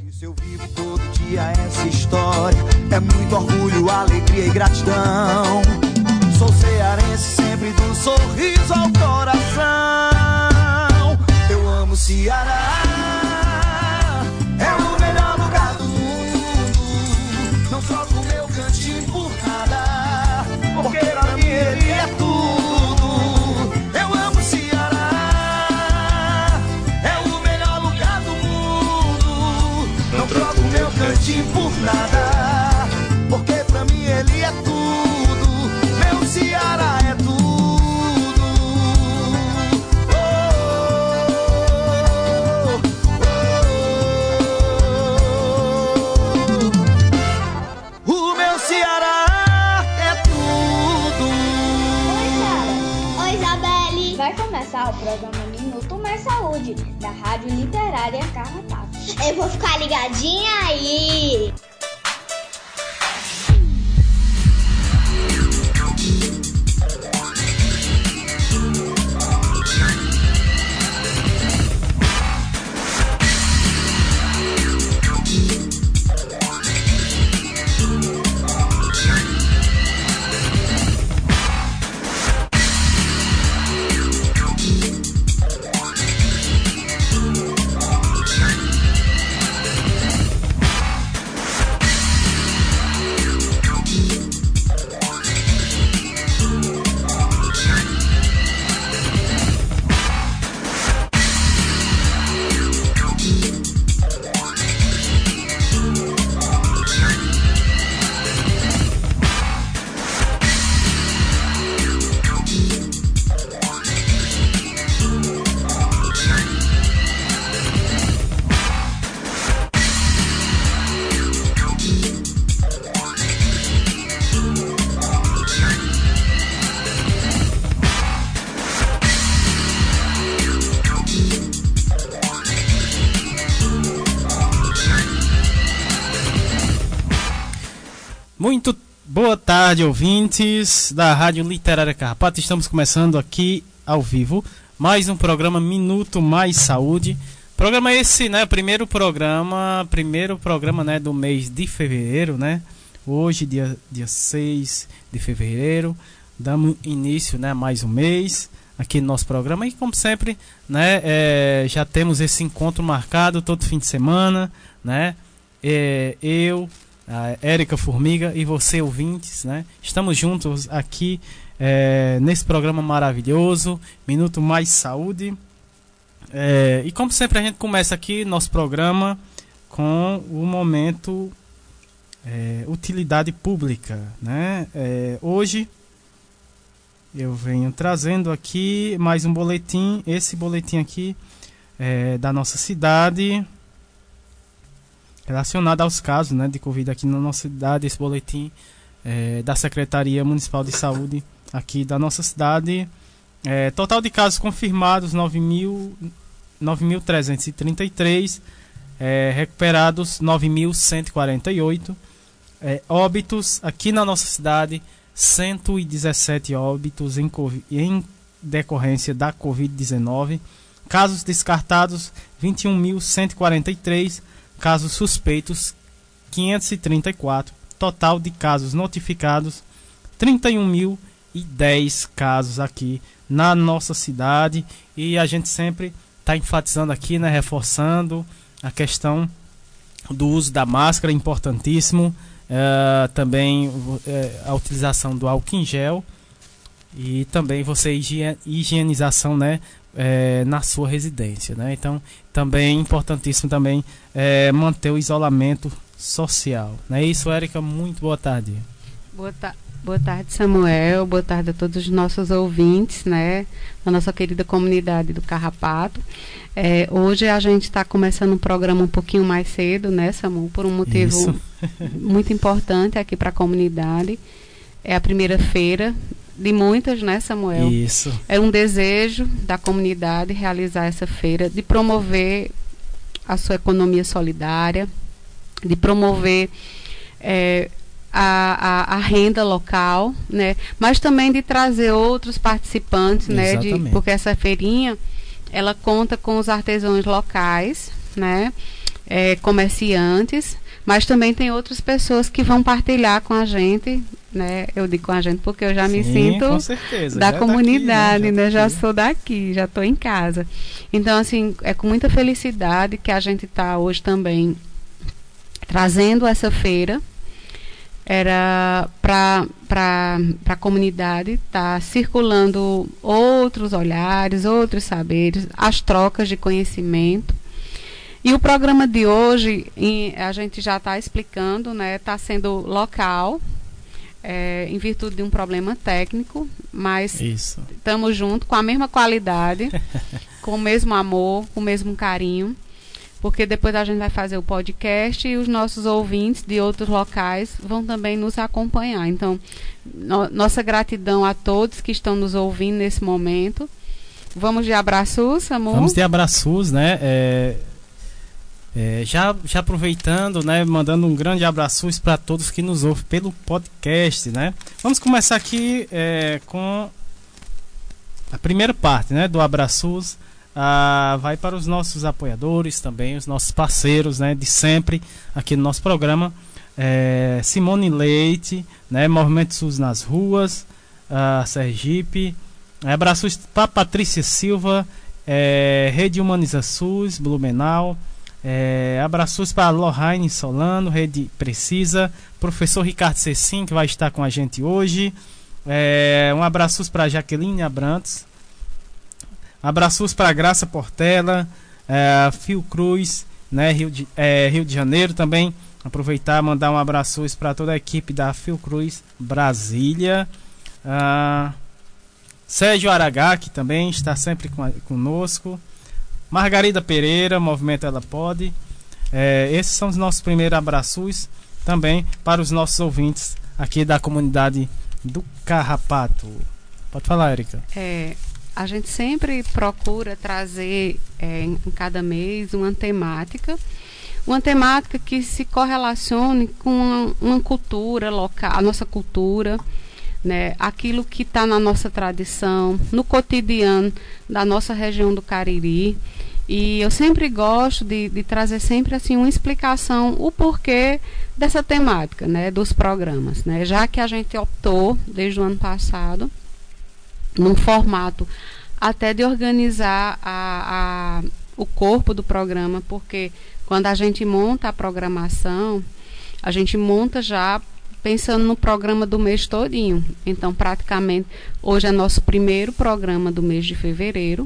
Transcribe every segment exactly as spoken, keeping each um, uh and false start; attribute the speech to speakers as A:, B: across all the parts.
A: isso eu vivo todo dia essa história. É muito orgulho, alegria e gratidão. Sou cearense sempre do sorriso ao coração. Eu amo Ceará, é o melhor lugar do mundo. Não troco meu cantinho por nada, porque pra mim ele é tudo. Eu amo Ceará, é o melhor lugar do mundo. Não troco meu cantinho por nada, porque pra mim ele é tudo. Meu Ceará é tudo. O meu Ceará é tudo.
B: Oi, Isabelle. Vai começar o programa Minuto Mais Saúde, da Rádio Literária Carrapato. Eu vou ficar ligadinha aí.
C: Muito boa tarde, ouvintes da Rádio Literária Carrapato. Estamos começando aqui ao vivo mais um programa Minuto Mais Saúde. Programa esse, né, primeiro programa, primeiro programa, né, do mês de fevereiro, né? Hoje, dia, dia seis de fevereiro, damos início, né, a mais um mês aqui no nosso programa. E como sempre, né, é, já temos esse encontro marcado todo fim de semana, né? É, eu... a Érica Formiga e você, ouvintes, né? Estamos juntos aqui é, nesse programa maravilhoso, Minuto Mais Saúde. É, e como sempre a gente começa aqui nosso programa com o momento é, utilidade pública, né? É, hoje eu venho trazendo aqui mais um boletim, esse boletim aqui é, da nossa cidade, relacionado aos casos, né, de Covid aqui na nossa cidade. Esse boletim é, da Secretaria Municipal de Saúde aqui da nossa cidade. É, total de casos confirmados nove mil trezentos e trinta e três, é, recuperados nove mil cento e quarenta e oito, é, óbitos aqui na nossa cidade cento e dezessete óbitos em, em decorrência da Covid dezenove, casos descartados vinte e um mil cento e quarenta e três, casos suspeitos quinhentos e trinta e quatro, total de casos notificados trinta e um mil e dez casos aqui na nossa cidade. E a gente sempre está enfatizando aqui, né, reforçando a questão do uso da máscara, importantíssimo, uh, também uh, a utilização do álcool em gel e também você higienização, né, É, na sua residência, né? Então também importantíssimo também é, manter o isolamento social, não é isso, Érica? Muito boa tarde.
D: Boa, ta boa tarde, Samuel. Boa tarde a todos os nossos ouvintes, né, da nossa querida comunidade do Carrapato. É, hoje a gente está começando um programa um pouquinho mais cedo, né, Samu, por um motivo muito importante aqui para a comunidade. É a primeira feira de muitas, né, Samuel?
C: Isso.
D: É um desejo da comunidade realizar essa feira, de promover a sua economia solidária, de promover é, a, a, a renda local, né? Mas também de trazer outros participantes, né? De, porque essa feirinha, ela conta com os artesãos locais, né? é, comerciantes, mas também tem outras pessoas que vão partilhar com a gente, né? Eu digo com a gente porque eu já Sim, me sinto
C: com certeza.
D: da
C: já
D: comunidade,
C: daqui, né?
D: né?
C: Já,
D: já sou daqui, já estou em casa. Então, assim, é com muita felicidade que a gente está hoje também trazendo essa feira. Era para a comunidade estar tá circulando outros olhares, outros saberes, as trocas de conhecimento. E o programa de hoje, em, a gente já está explicando, né? Está sendo local, é, em virtude de um problema técnico, mas estamos juntos com a mesma qualidade, com o mesmo amor, com o mesmo carinho. Porque depois a gente vai fazer o podcast e os nossos ouvintes de outros locais vão também nos acompanhar. Então, no, nossa gratidão a todos que estão nos ouvindo nesse momento. Vamos de abraços, amor?
C: Vamos de abraços, né? É, é, já, já aproveitando, né? Mandando um grande abraços para todos que nos ouvem pelo podcast, né? Vamos começar aqui é, com a primeira parte, né? Do abraços. Ah, vai para os nossos apoiadores também, os nossos parceiros, né, de sempre aqui no nosso programa. é, Simone Leite, né, Movimento SUS nas ruas, ah, Sergipe. Abraços para Patrícia Silva, é, Rede Humaniza SUS, Blumenau. é, abraços para Lohane Solano, Rede Precisa. Professor Ricardo Cecim, que vai estar com a gente hoje. é, um abraços para Jaqueline Abrantes. Abraços para Graça Portela, é, Fiocruz, né, Rio, de, é, Rio de Janeiro também. Aproveitar e mandar um abraço para toda a equipe da Fiocruz Brasília. Ah, Sérgio Aragá, que também está sempre com a, conosco. Margarida Pereira, Movimento Ela Pode. É, esses são os nossos primeiros abraços também para os nossos ouvintes aqui da comunidade do Carrapato. Pode falar, Érica.
D: É... A gente sempre procura trazer é, em cada mês uma temática, uma temática que se correlacione com uma, uma cultura local, a nossa cultura, né, aquilo que está na nossa tradição, no cotidiano da nossa região do Cariri. E eu sempre gosto de, de trazer sempre assim uma explicação, o porquê dessa temática, né, dos programas, né, já que a gente optou desde o ano passado num formato até de organizar a, a, o corpo do programa, porque quando a gente monta a programação, a gente monta já pensando no programa do mês todinho. Então, praticamente, hoje é nosso primeiro programa do mês de fevereiro,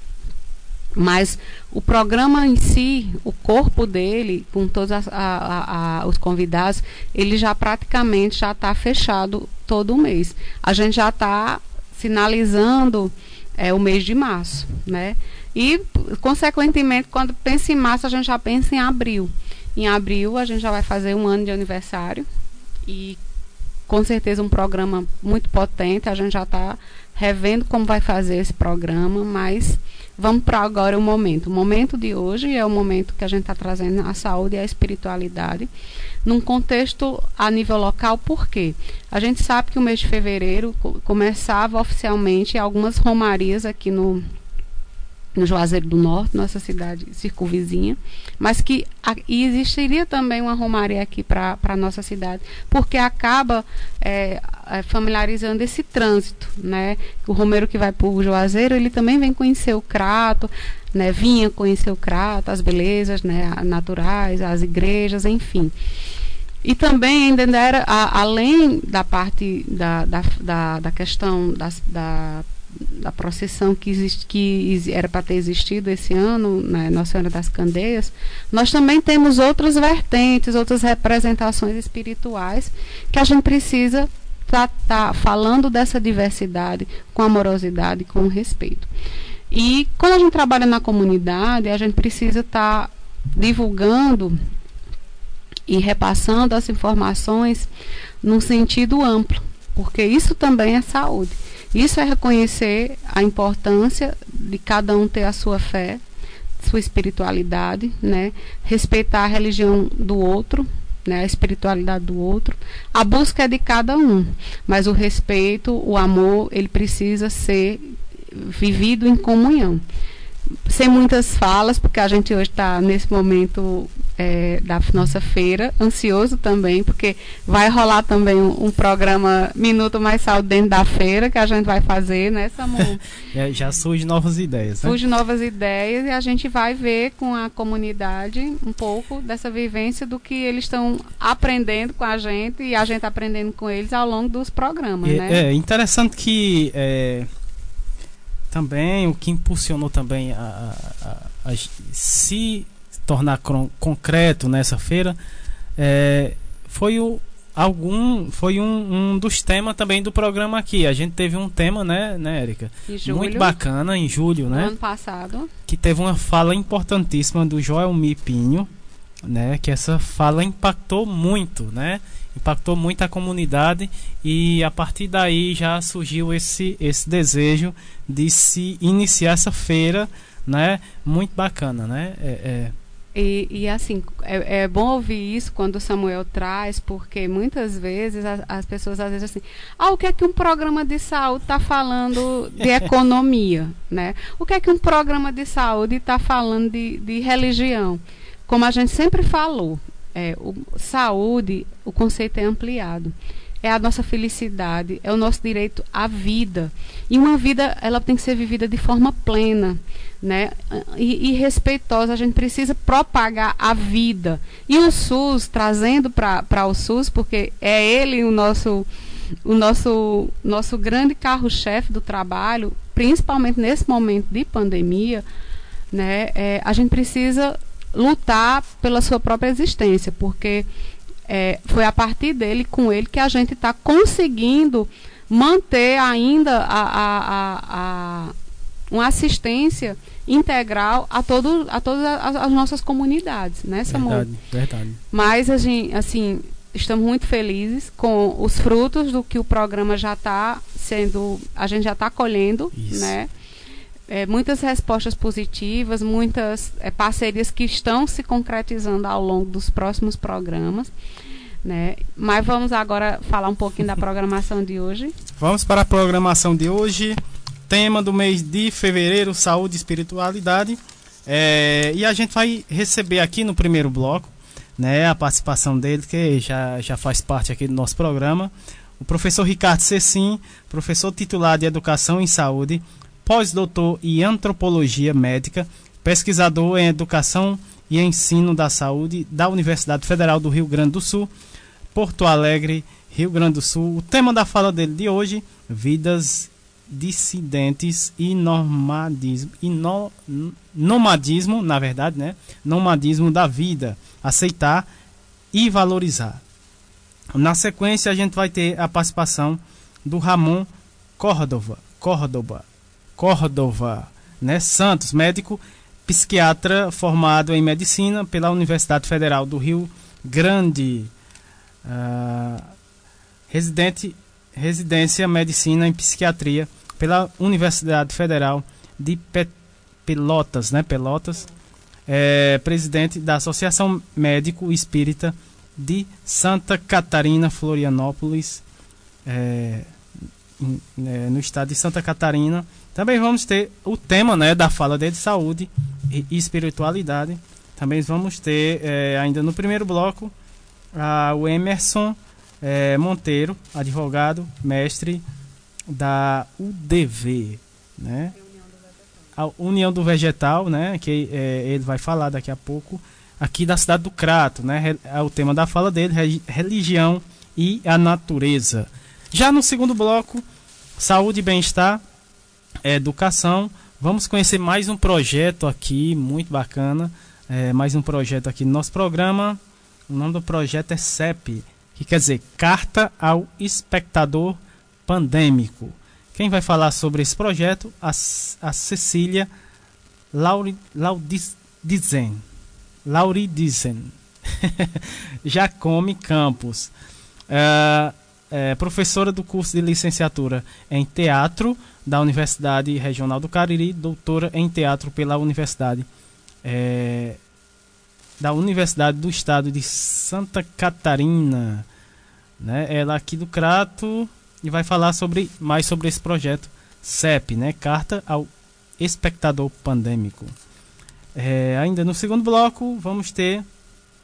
D: mas o programa em si, o corpo dele, com todos a, a, a, os convidados, ele já praticamente já está fechado todo o mês. A gente já está finalizando é, o mês de março, né? E, consequentemente, quando pensa em março, a gente já pensa em abril. Em abril, a gente já vai fazer um ano de aniversário e, com certeza, um programa muito potente. A gente já está revendo como vai fazer esse programa, mas vamos para agora o momento. O momento de hoje é o momento que a gente está trazendo a saúde e a espiritualidade num contexto a nível local. Por quê? A gente sabe que o mês de fevereiro co- começava oficialmente algumas romarias aqui no, no Juazeiro do Norte, nossa cidade circunvizinha, mas que a, e existiria também uma romaria aqui para a nossa cidade, porque acaba é, é, familiarizando esse trânsito, né? O romeiro que vai para o Juazeiro, ele também vem conhecer o Crato, né? Vinha conhecer o Crato, as belezas, né, naturais, as igrejas, enfim. E também ainda era, a, além da parte da, da, da, da questão das, da, da procissão que, existe, que era para ter existido esse ano, né, Nossa Senhora das Candeias, nós também temos outras vertentes, outras representações espirituais que a gente precisa estar tá, tá falando dessa diversidade com amorosidade, com respeito. E quando a gente trabalha na comunidade, a gente precisa estar tá divulgando e repassando as informações num sentido amplo, porque isso também é saúde. Isso é reconhecer a importância de cada um ter a sua fé, sua espiritualidade, né? Respeitar a religião do outro, né? A espiritualidade do outro. A busca é de cada um, mas o respeito, o amor, ele precisa ser vivido em comunhão. Sem muitas falas, porque a gente hoje está nesse momento é, da nossa feira, ansioso também, porque vai rolar também um, um programa Minuto Mais Saúde dentro da feira, que a gente vai fazer, né, Samu?
C: É, já surgem novas ideias, né?
D: Surgem novas ideias e a gente vai ver com a comunidade um pouco dessa vivência do que eles estão aprendendo com a gente e a gente aprendendo com eles ao longo dos programas,
C: é,
D: né?
C: É interessante que é, também o que impulsionou também a, a, a, a se tornar cron, concreto nessa feira é, foi o algum foi um, um dos temas também do programa aqui. A gente teve um tema, né, né, Érica? Muito bacana em julho, né?
D: Ano passado.
C: Que teve uma fala importantíssima do Joelmi Pinho, né? Que essa fala impactou muito, né? Impactou muito a comunidade e a partir daí já surgiu esse, esse desejo de se iniciar essa feira, né? Muito bacana, né? É, é...
D: E, e assim, é, é bom ouvir isso quando o Samuel traz, porque muitas vezes as, as pessoas às vezes assim, ah, o que é que um programa de saúde está falando de economia, né? O que é que um programa de saúde está falando de, de religião? Como a gente sempre falou, é, o, saúde, o conceito é ampliado. É a nossa felicidade, é o nosso direito à vida. E uma vida, ela tem que ser vivida de forma plena, né? E, e respeitosa. A gente precisa propagar a vida. E o SUS, trazendo para o SUS, porque é ele o nosso, o nosso, nosso grande carro-chefe do trabalho, principalmente nesse momento de pandemia, né? É, a gente precisa lutar pela sua própria existência, porque É, foi a partir dele, com ele, que a gente está conseguindo manter ainda a, a, a, a, uma assistência integral a, todo, a todas as, as nossas comunidades, né, Samuel?
C: Verdade, verdade.
D: Mas, assim, assim, estamos muito felizes com os frutos do que o programa já está sendo, a gente já está colhendo, Isso. né? É, muitas respostas positivas, muitas é, parcerias que estão se concretizando ao longo dos próximos programas, né? Mas vamos agora falar um pouquinho da programação de hoje.
C: Vamos para a programação de hoje. Tema do mês de fevereiro, saúde e espiritualidade. É, e a gente vai receber aqui no primeiro bloco, né, a participação dele, que já, já faz parte aqui do nosso programa, o professor Ricardo Cecim, professor titular de Educação em Saúde, pós-doutor em Antropologia Médica, pesquisador em Educação e Ensino da Saúde da Universidade Federal do Rio Grande do Sul, Porto Alegre, Rio Grande do Sul. O tema da fala dele de hoje, vidas dissidentes e nomadismo, e no, nomadismo, na verdade, né? Nomadismo da vida, aceitar e valorizar. Na sequência, a gente vai ter a participação do Ramon Córdova, Córdova, Córdova, né? Santos, médico psiquiatra formado em medicina pela Universidade Federal do Rio Grande, uh, residente, residência medicina em psiquiatria pela Universidade Federal de Pe Pelotas, né? Pelotas, é, presidente da Associação Médico Espírita de Santa Catarina, Florianópolis, é, em, é, no estado de Santa Catarina. Também vamos ter o tema, né, da fala dele, saúde e espiritualidade. Também vamos ter, é, ainda no primeiro bloco, a, o Emerson é, Monteiro, advogado, mestre da U D V, né? A União do Vegetal, né, que é, ele vai falar daqui a pouco, aqui da cidade do Crato, né? É o tema da fala dele, religião e a natureza. Já no segundo bloco, saúde e bem-estar, educação. Vamos conhecer mais um projeto aqui, muito bacana. É, mais um projeto aqui no nosso programa. O nome do projeto é C E P, que quer dizer Carta ao Espectador Pandêmico. Quem vai falar sobre esse projeto? A, a Cecília Lauridizen. Lauridizen. Jacome Campos. É, é, professora do curso de licenciatura em teatro da Universidade Regional do Cariri, doutora em teatro pela Universidade é, da Universidade do Estado de Santa Catarina, né? Ela aqui do Crato, e vai falar sobre, mais sobre esse projeto C E P, né? Carta ao Espectador Pandêmico. É, ainda no segundo bloco vamos ter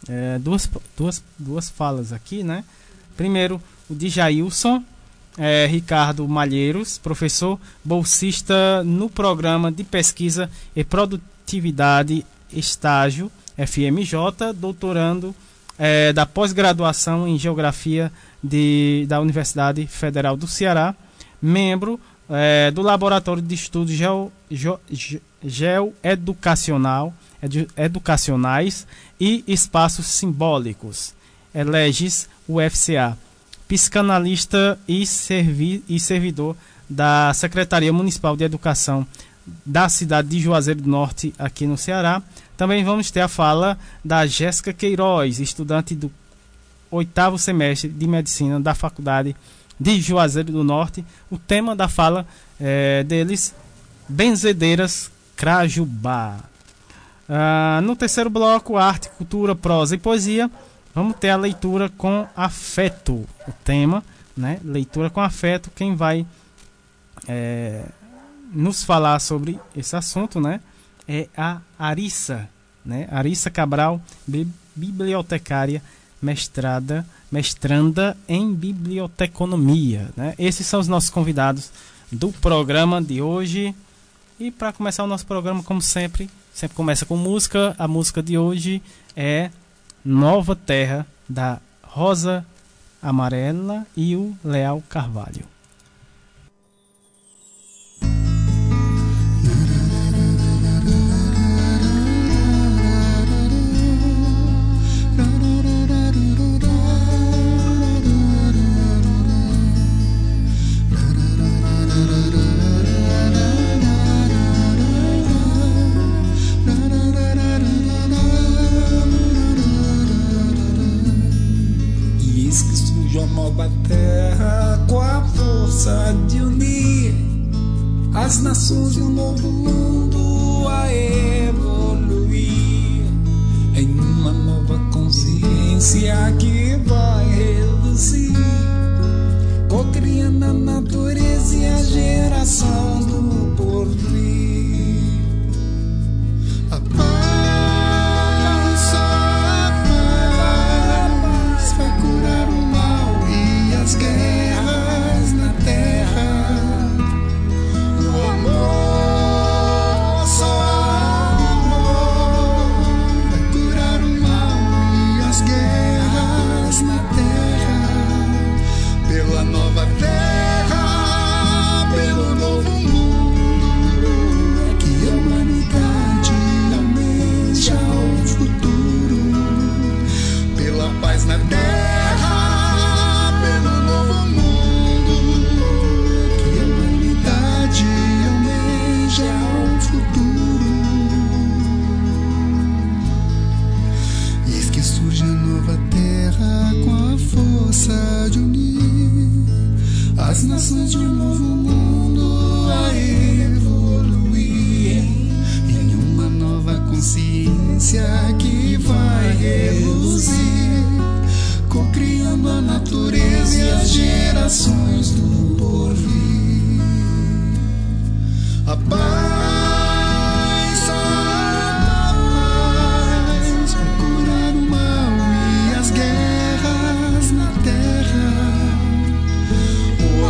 C: é, duas, duas, duas falas aqui, né? Primeiro, o de Jailson é, Ricardo Malheiros, professor bolsista no Programa de Pesquisa e Produtividade Estágio F M J, doutorando é, da pós-graduação em Geografia de, da Universidade Federal do Ceará, membro é, do Laboratório de Estudos Geo, Geo, Geoeducacional, edu, Educacionais e Espaços Simbólicos, Elegis U F C A, psicanalista e, servi, e servidor da Secretaria Municipal de Educação da cidade de Juazeiro do Norte, aqui no Ceará. Também vamos ter a fala da Jéssica Queiroz, estudante do oitavo semestre de Medicina da Faculdade de Juazeiro do Norte. O tema da fala é, deles, Benzedeiras Crajubá. Ah, no terceiro bloco, arte, cultura, prosa e poesia, vamos ter a leitura com afeto, o tema, né? Leitura com afeto. Quem vai é, nos falar sobre esse assunto, né, é a Arissa, né? Arissa Cabral, bi- bibliotecária, mestrada, mestranda em biblioteconomia, né? Esses são os nossos convidados do programa de hoje. E para começar o nosso programa, como sempre, sempre começa com música. A música de hoje é Nova Terra, da Rosa Amarela e o Leal Carvalho.
E: Nova terra com a força de unir as nações e um novo mundo a evoluir em uma nova consciência que vai reduzir, co-criando a natureza e a geração do porvir. A paz guerras na terra, o amor, só amor vai curar o mal e as guerras na terra, pela nova terra, pelo novo mundo que a humanidade almeja o futuro, pela paz na terra. De unir as nações de um novo mundo a evoluir em uma nova consciência que vai reluzir, co-criando a natureza e as gerações do porvir. A paz, a paz vai curar o mal e as guerras na terra. O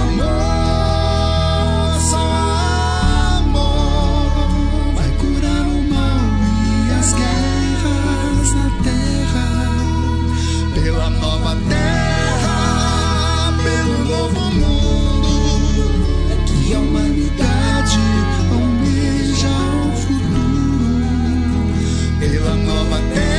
E: amor, só amor vai curar o mal e as guerras na terra, pela nova terra, pelo novo mundo que a humanidade almeja o futuro, pela nova terra.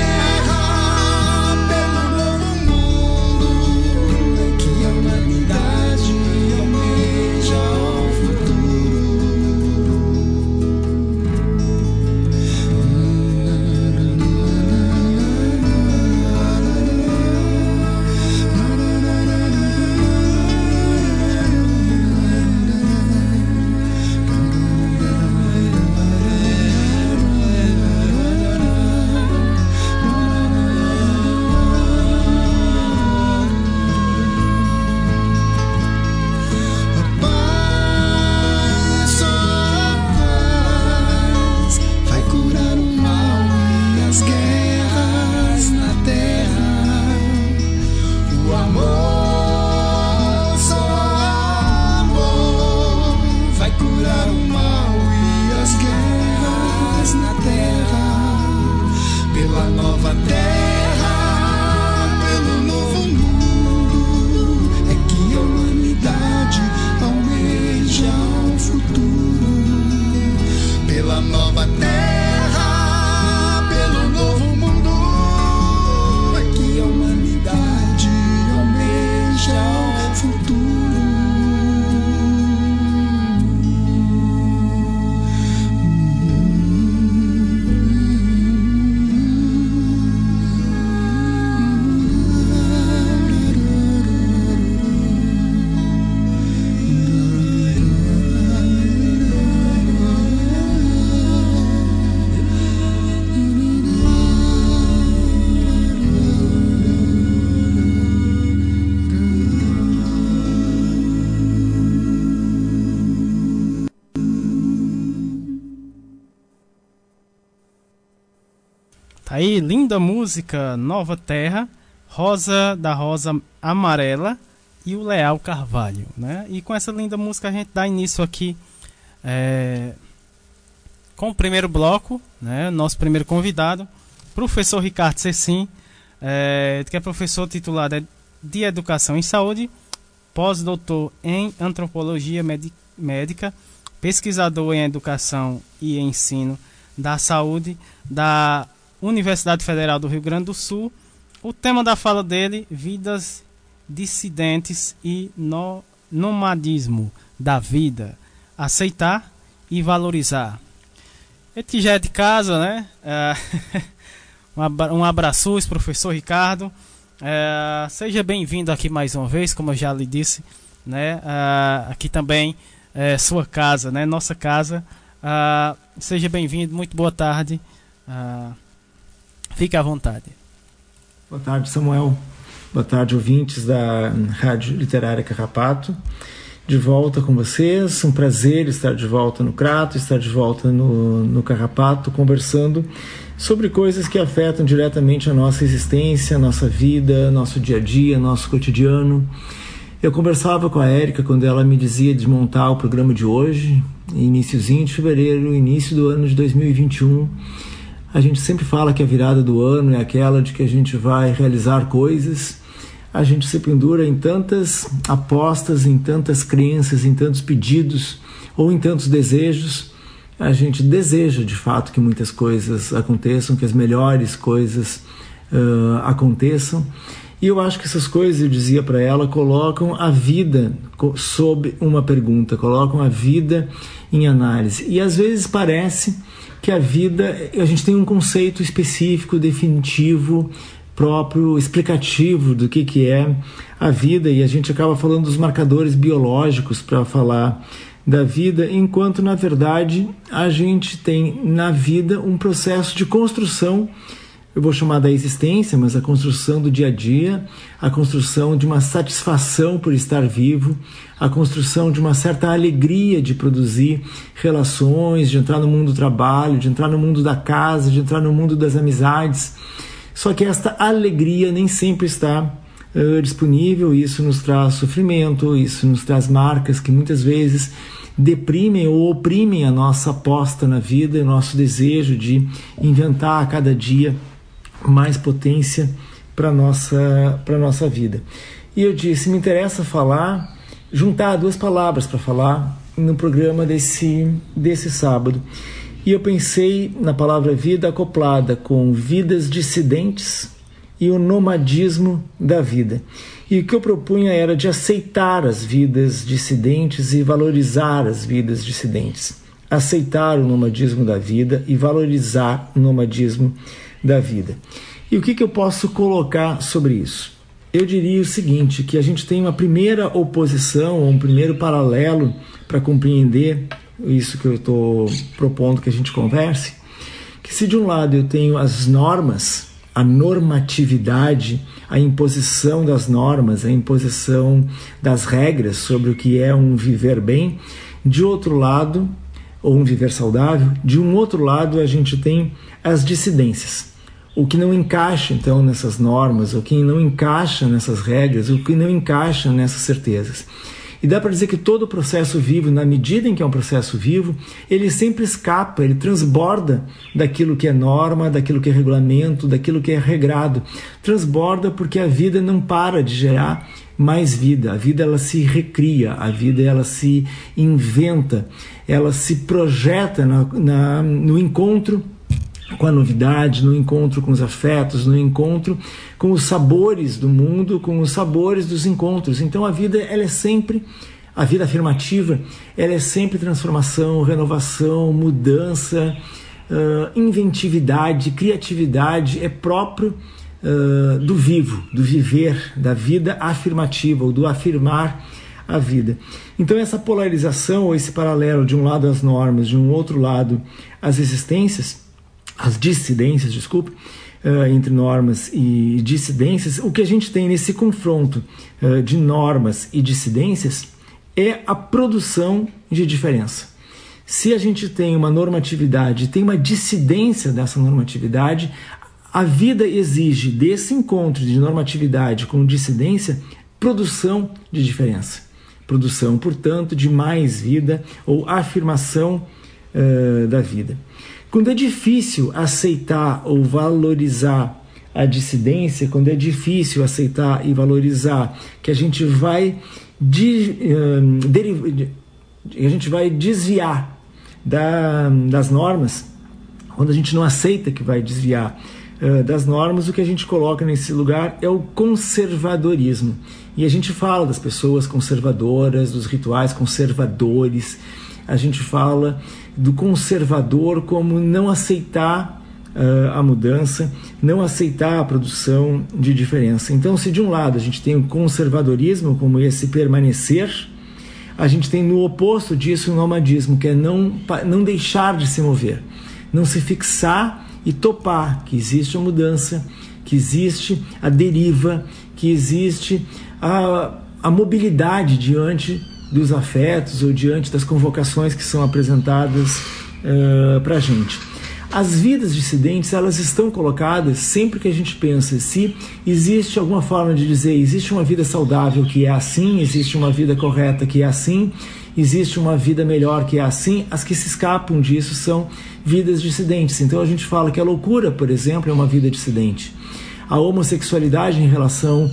C: Aí, linda música, Nova Terra, Rosa da Rosa Amarela e o Leal Carvalho, né? E com essa linda música a gente dá início aqui é, com o primeiro bloco, né? Nosso primeiro convidado, professor Ricardo Cecim, é, que é professor titular de Educação em Saúde, pós-doutor em Antropologia Médica, pesquisador em Educação e Ensino da Saúde da Universidade Federal do Rio Grande do Sul. O tema da fala dele, vidas dissidentes e no, nomadismo da vida, aceitar e valorizar. Ele já é de casa, né? É, um abraço, professor Ricardo. É, seja bem-vindo aqui mais uma vez, como eu já lhe disse, né? É, aqui também é sua casa, né? Nossa casa. É, seja bem-vindo, muito boa tarde. É, fique à vontade.
F: Boa tarde, Samuel. Boa tarde, ouvintes da Rádio Literária Carrapato. De volta com vocês, um prazer estar de volta no Crato, estar de volta no, no Carrapato, conversando sobre coisas que afetam diretamente a nossa existência, a nossa vida, nosso dia a dia, nosso cotidiano. Eu conversava com a Érica quando ela me dizia de montar o programa de hoje, iniciozinho de fevereiro, início do ano de dois mil e vinte e um. A gente sempre fala que a virada do ano é aquela de que a gente vai realizar coisas. A gente se pendura em tantas apostas, em tantas crenças, em tantos pedidos ou em tantos desejos. A gente deseja, de fato, que muitas coisas aconteçam, que as melhores coisas uh, aconteçam. E eu acho que essas coisas, eu dizia para ela, colocam a vida sob uma pergunta, colocam a vida em análise. E às vezes parece que a vida, a gente tem um conceito específico, definitivo, próprio, explicativo do que, que é a vida, e a gente acaba falando dos marcadores biológicos para falar da vida, enquanto na verdade a gente tem na vida um processo de construção, eu vou chamar da existência, mas a construção do dia a dia, a construção de uma satisfação por estar vivo, a construção de uma certa alegria de produzir relações, de entrar no mundo do trabalho, de entrar no mundo da casa, de entrar no mundo das amizades. Só que esta alegria nem sempre está uh, disponível, isso nos traz sofrimento, isso nos traz marcas que muitas vezes deprimem ou oprimem a nossa aposta na vida, o nosso desejo de inventar a cada dia mais potência para a nossa, para a nossa vida. E eu disse, me interessa falar, juntar duas palavras para falar no programa desse, desse sábado. E eu pensei na palavra vida acoplada com vidas dissidentes e o nomadismo da vida. E o que eu propunha era de aceitar as vidas dissidentes e valorizar as vidas dissidentes. Aceitar o nomadismo da vida e valorizar o nomadismo da vida. E o que, que eu posso colocar sobre isso? Eu diria o seguinte, que a gente tem uma primeira oposição, um primeiro paralelo para compreender isso que eu estou propondo que a gente converse, que se de um lado eu tenho as normas, a normatividade, a imposição das normas, a imposição das regras sobre o que é um viver bem, de outro lado, ou um viver saudável, de um outro lado a gente tem as dissidências. O que não encaixa então nessas normas, o que não encaixa nessas regras, o que não encaixa nessas certezas. E dá para dizer que todo processo vivo, na medida em que é um processo vivo, ele sempre escapa, ele transborda daquilo que é norma, daquilo que é regulamento, daquilo que é regrado. Transborda porque a vida não para de gerar mais vida. A vida ela se recria, a vida ela se inventa, ela se projeta na, na, no encontro com a novidade, no encontro com os afetos, no encontro com os sabores do mundo, com os sabores dos encontros. Então a vida ela é sempre, a vida afirmativa, ela é sempre transformação, renovação, mudança, uh, inventividade, criatividade, é próprio uh, do vivo, do viver, da vida afirmativa, ou do afirmar a vida. Então essa polarização, ou esse paralelo, de um lado as normas, de um outro lado as existências, as dissidências, desculpe, uh, entre normas e dissidências, o que a gente tem nesse confronto uh, de normas e dissidências é a produção de diferença. Se a gente tem uma normatividade, tem uma dissidência dessa normatividade, a vida exige desse encontro de normatividade com dissidência produção de diferença. Produção, portanto, de mais vida ou afirmação uh, da vida. Quando é difícil aceitar ou valorizar a dissidência, quando é difícil aceitar e valorizar que a gente vai, de, uh, deriv- a gente vai desviar da, das normas, quando a gente não aceita que vai desviar uh, das normas, o que a gente coloca nesse lugar é o conservadorismo. E a gente fala das pessoas conservadoras, dos rituais conservadores, a gente fala do conservador como não aceitar uh, a mudança, não aceitar a produção de diferença. Então, se de um lado a gente tem o conservadorismo, como esse permanecer, a gente tem no oposto disso o nomadismo, que é não, não deixar de se mover, não se fixar e topar que existe a mudança, que existe a deriva, que existe a, a mobilidade diante dos afetos ou diante das convocações que são apresentadas uh, para a gente. As vidas dissidentes, elas estão colocadas sempre que a gente pensa se existe alguma forma de dizer existe uma vida saudável que é assim, existe uma vida correta que é assim, existe uma vida melhor que é assim, as que se escapam disso são vidas dissidentes. Então a gente fala que a loucura, por exemplo, é uma vida dissidente. A homossexualidade em relação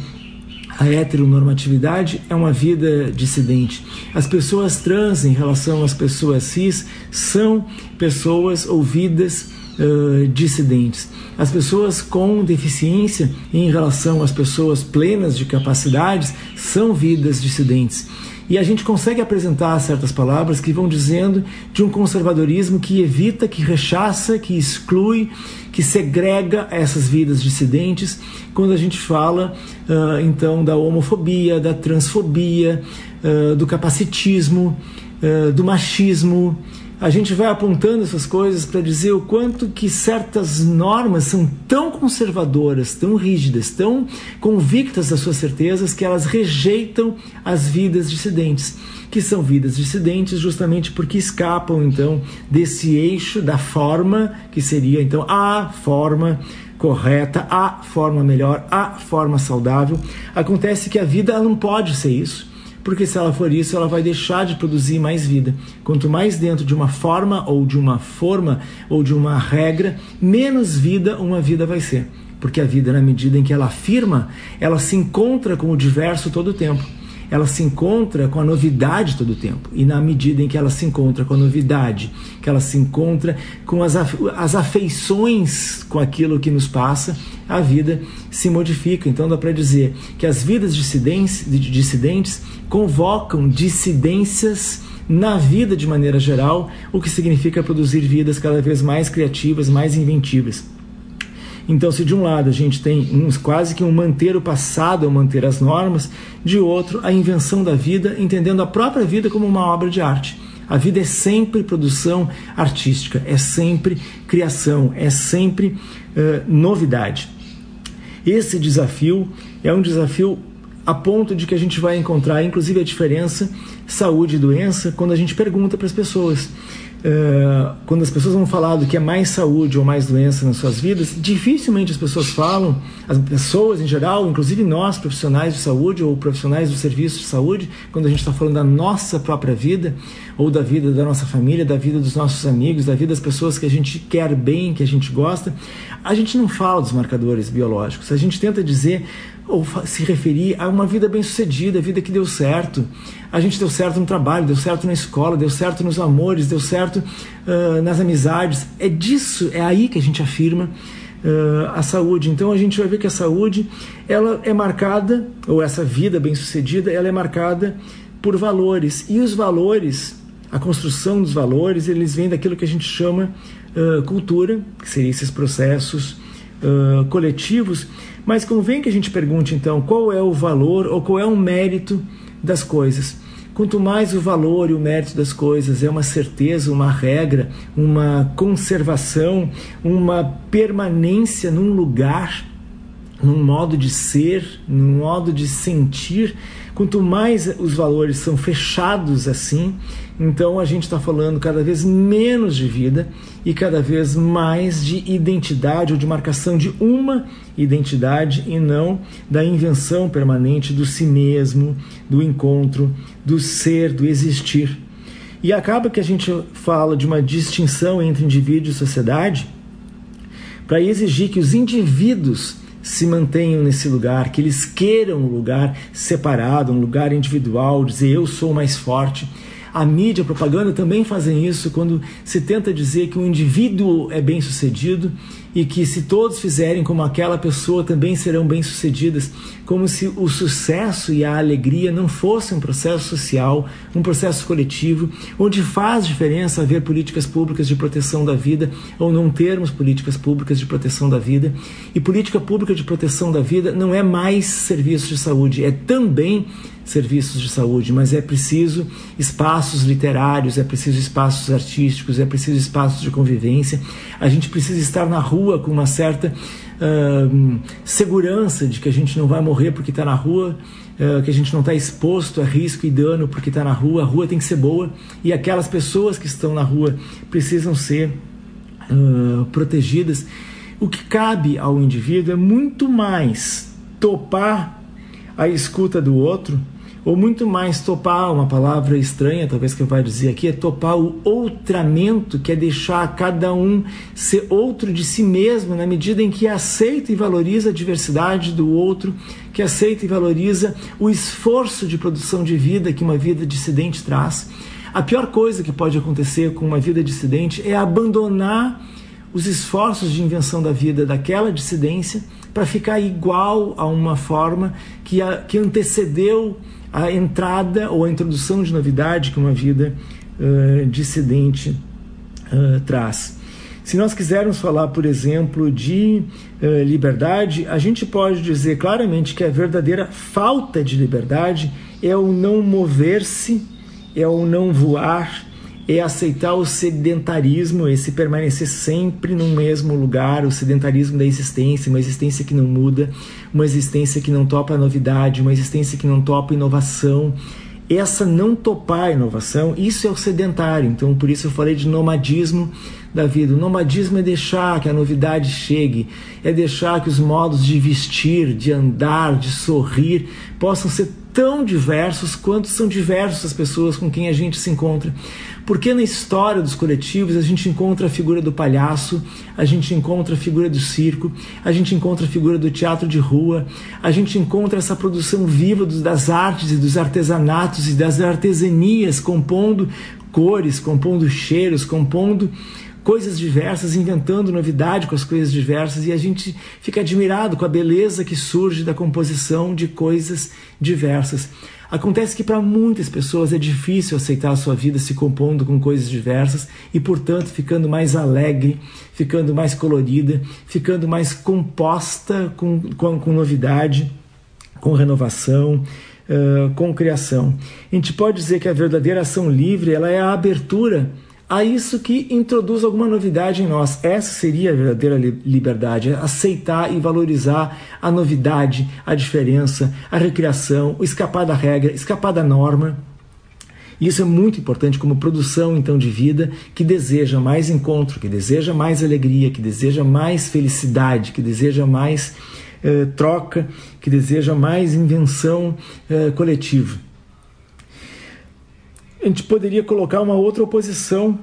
F: a heteronormatividade é uma vida dissidente. As pessoas trans em relação às pessoas cis são pessoas ou vidas uh, dissidentes. As pessoas com deficiência em relação às pessoas plenas de capacidades são vidas dissidentes. E a gente consegue apresentar certas palavras que vão dizendo de um conservadorismo que evita, que rechaça, que exclui, que segrega essas vidas dissidentes, quando a gente fala, uh, então, da homofobia, da transfobia, uh, do capacitismo, uh, do machismo. A gente vai apontando essas coisas para dizer o quanto que certas normas são tão conservadoras, tão rígidas, tão convictas das suas certezas, que elas rejeitam as vidas dissidentes, que são vidas dissidentes justamente porque escapam, então, desse eixo da forma, que seria, então, a forma correta, a forma melhor, a forma saudável. Acontece que a vida ela não pode ser isso, porque se ela for isso, ela vai deixar de produzir mais vida. Quanto mais dentro de uma forma, ou de uma forma, ou de uma regra, menos vida uma vida vai ser. Porque a vida, na medida em que ela afirma, ela se encontra com o diverso todo o tempo. Ela se encontra com a novidade todo o tempo. E na medida em que ela se encontra com a novidade, que ela se encontra com as, as afeições com aquilo que nos passa, a vida se modifica. Então dá para dizer que as vidas dissidentes, dissidentes convocam dissidências na vida de maneira geral, o que significa produzir vidas cada vez mais criativas, mais inventivas. Então, se de um lado a gente tem uns, quase que um manter o passado ou manter as normas, de outro a invenção da vida, entendendo a própria vida como uma obra de arte. A vida é sempre produção artística, é sempre criação, é sempre uh, novidade. Esse desafio é um desafio a ponto de que a gente vai encontrar, inclusive, a diferença saúde e doença quando a gente pergunta para as pessoas. Uh, quando as pessoas vão falar do que é mais saúde ou mais doença nas suas vidas, dificilmente as pessoas falam, as pessoas em geral, inclusive nós, profissionais de saúde ou profissionais do serviço de saúde, quando a gente está falando da nossa própria vida, ou da vida da nossa família, da vida dos nossos amigos, da vida das pessoas que a gente quer bem, que a gente gosta, a gente não fala dos marcadores biológicos, a gente tenta dizer ou se referir a uma vida bem-sucedida, a vida que deu certo. A gente deu certo no trabalho, deu certo na escola, deu certo nos amores, deu certo uh, nas amizades. É disso, é aí que a gente afirma uh, a saúde. Então a gente vai ver que a saúde, ela é marcada, ou essa vida bem-sucedida, ela é marcada por valores. E os valores, a construção dos valores, eles vêm daquilo que a gente chama uh, cultura, que seriam esses processos uh, coletivos. Mas convém que a gente pergunte, então, qual é o valor ou qual é o mérito das coisas. Quanto mais o valor e o mérito das coisas é uma certeza, uma regra, uma conservação, uma permanência num lugar, num modo de ser, num modo de sentir. Quanto mais os valores são fechados assim, então a gente está falando cada vez menos de vida e cada vez mais de identidade ou de marcação de uma identidade e não da invenção permanente do si mesmo, do encontro, do ser, do existir. E acaba que a gente fala de uma distinção entre indivíduo e sociedade para exigir que os indivíduos se mantenham nesse lugar, que eles queiram um lugar separado, um lugar individual, dizer eu sou mais forte. A mídia, a propaganda também fazem isso quando se tenta dizer que um indivíduo é bem-sucedido e que se todos fizerem como aquela pessoa também serão bem-sucedidas, como se o sucesso e a alegria não fossem um processo social, um processo coletivo, onde faz diferença haver políticas públicas de proteção da vida ou não termos políticas públicas de proteção da vida. E política pública de proteção da vida não é mais serviço de saúde, é também serviços de saúde, mas é preciso espaços literários, é preciso espaços artísticos, é preciso espaços de convivência. A gente precisa estar na rua com uma certa uh, segurança de que a gente não vai morrer porque está na rua, uh, que a gente não está exposto a risco e dano porque está na rua. A rua tem que ser boa e aquelas pessoas que estão na rua precisam ser uh, protegidas. O que cabe ao indivíduo é muito mais topar a escuta do outro, ou muito mais topar, uma palavra estranha, talvez que eu vá dizer aqui, é topar o outramento, que é deixar cada um ser outro de si mesmo, na medida em que aceita e valoriza a diversidade do outro, que aceita e valoriza o esforço de produção de vida que uma vida dissidente traz. A pior coisa que pode acontecer com uma vida dissidente é abandonar os esforços de invenção da vida daquela dissidência para ficar igual a uma forma que, a, que antecedeu a entrada ou a introdução de novidade que uma vida uh, dissidente uh, traz. Se nós quisermos falar, por exemplo, de uh, liberdade, a gente pode dizer claramente que a verdadeira falta de liberdade é o não mover-se, é o não voar, é aceitar o sedentarismo, esse permanecer sempre no mesmo lugar, o sedentarismo da existência, uma existência que não muda, uma existência que não topa a novidade, uma existência que não topa a inovação. Essa não topar a inovação, isso é o sedentário. Então, por isso eu falei de nomadismo da vida. O nomadismo é deixar que a novidade chegue, é deixar que os modos de vestir, de andar, de sorrir, possam ser tão diversos quanto são diversas as pessoas com quem a gente se encontra. Porque na história dos coletivos a gente encontra a figura do palhaço, a gente encontra a figura do circo, a gente encontra a figura do teatro de rua, a gente encontra essa produção viva das artes e dos artesanatos e das artesanias, compondo cores, compondo cheiros, compondo coisas diversas, inventando novidade com as coisas diversas, e a gente fica admirado com a beleza que surge da composição de coisas diversas. Acontece que para muitas pessoas é difícil aceitar a sua vida se compondo com coisas diversas e, portanto, ficando mais alegre, ficando mais colorida, ficando mais composta com, com, com novidade, com renovação, uh, com criação. A gente pode dizer que a verdadeira ação livre ela é a abertura a isso que introduz alguma novidade em nós. Essa seria a verdadeira liberdade, aceitar e valorizar a novidade, a diferença, a recriação, o escapar da regra, escapar da norma. Isso é muito importante como produção, então, de vida que deseja mais encontro, que deseja mais alegria, que deseja mais felicidade, que deseja mais eh, troca, que deseja mais invenção eh, coletiva. A gente poderia colocar uma outra oposição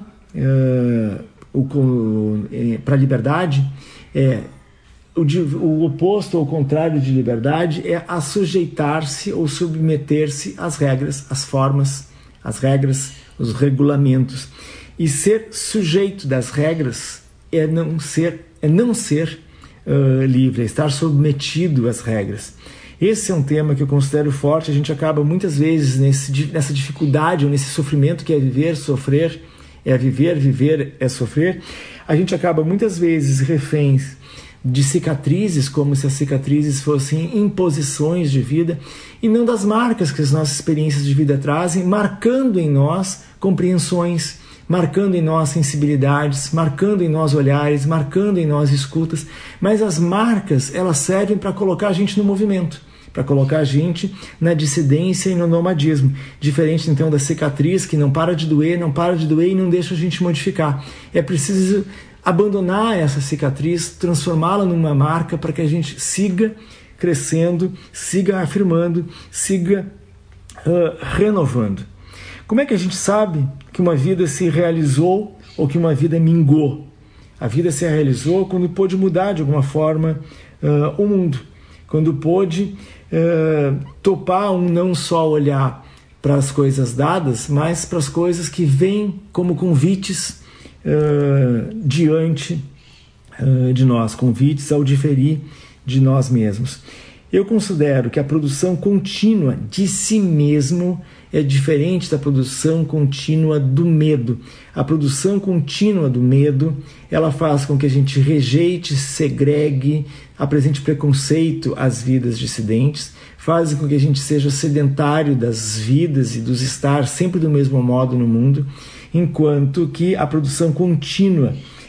F: uh, para a liberdade. É, o, o oposto ou contrário de liberdade é a sujeitar-se ou submeter-se às regras, às formas, às regras, os regulamentos. E ser sujeito das regras é não ser, é não ser uh, livre, é estar submetido às regras. Esse é um tema que eu considero forte. A gente acaba muitas vezes nesse, nessa dificuldade ou nesse sofrimento que é viver, sofrer, é viver, viver é sofrer. A gente acaba muitas vezes reféns de cicatrizes, como se as cicatrizes fossem imposições de vida, e não das marcas que as nossas experiências de vida trazem, marcando em nós compreensões, marcando em nós sensibilidades, marcando em nós olhares, marcando em nós escutas, mas as marcas, elas servem para colocar a gente no movimento, para colocar a gente na dissidência e no nomadismo, diferente então da cicatriz que não para de doer, não para de doer e não deixa a gente modificar. É preciso abandonar essa cicatriz, transformá-la numa marca para que a gente siga crescendo, siga afirmando, siga uh, renovando. Como é que a gente sabe que uma vida se realizou ou que uma vida mingou? A vida se realizou quando pôde mudar de alguma forma uh, o mundo, quando pôde uh, topar um não só olhar para as coisas dadas, mas para as coisas que vêm como convites uh, diante uh, de nós, convites ao diferir de nós mesmos. Eu considero que a produção contínua de si mesmo é diferente da produção contínua do medo. A produção contínua do medo, ela faz com que a gente rejeite, segregue, apresente preconceito às vidas dissidentes, faz com que a gente seja sedentário das vidas e dos estar sempre do mesmo modo no mundo, enquanto que a produção contínua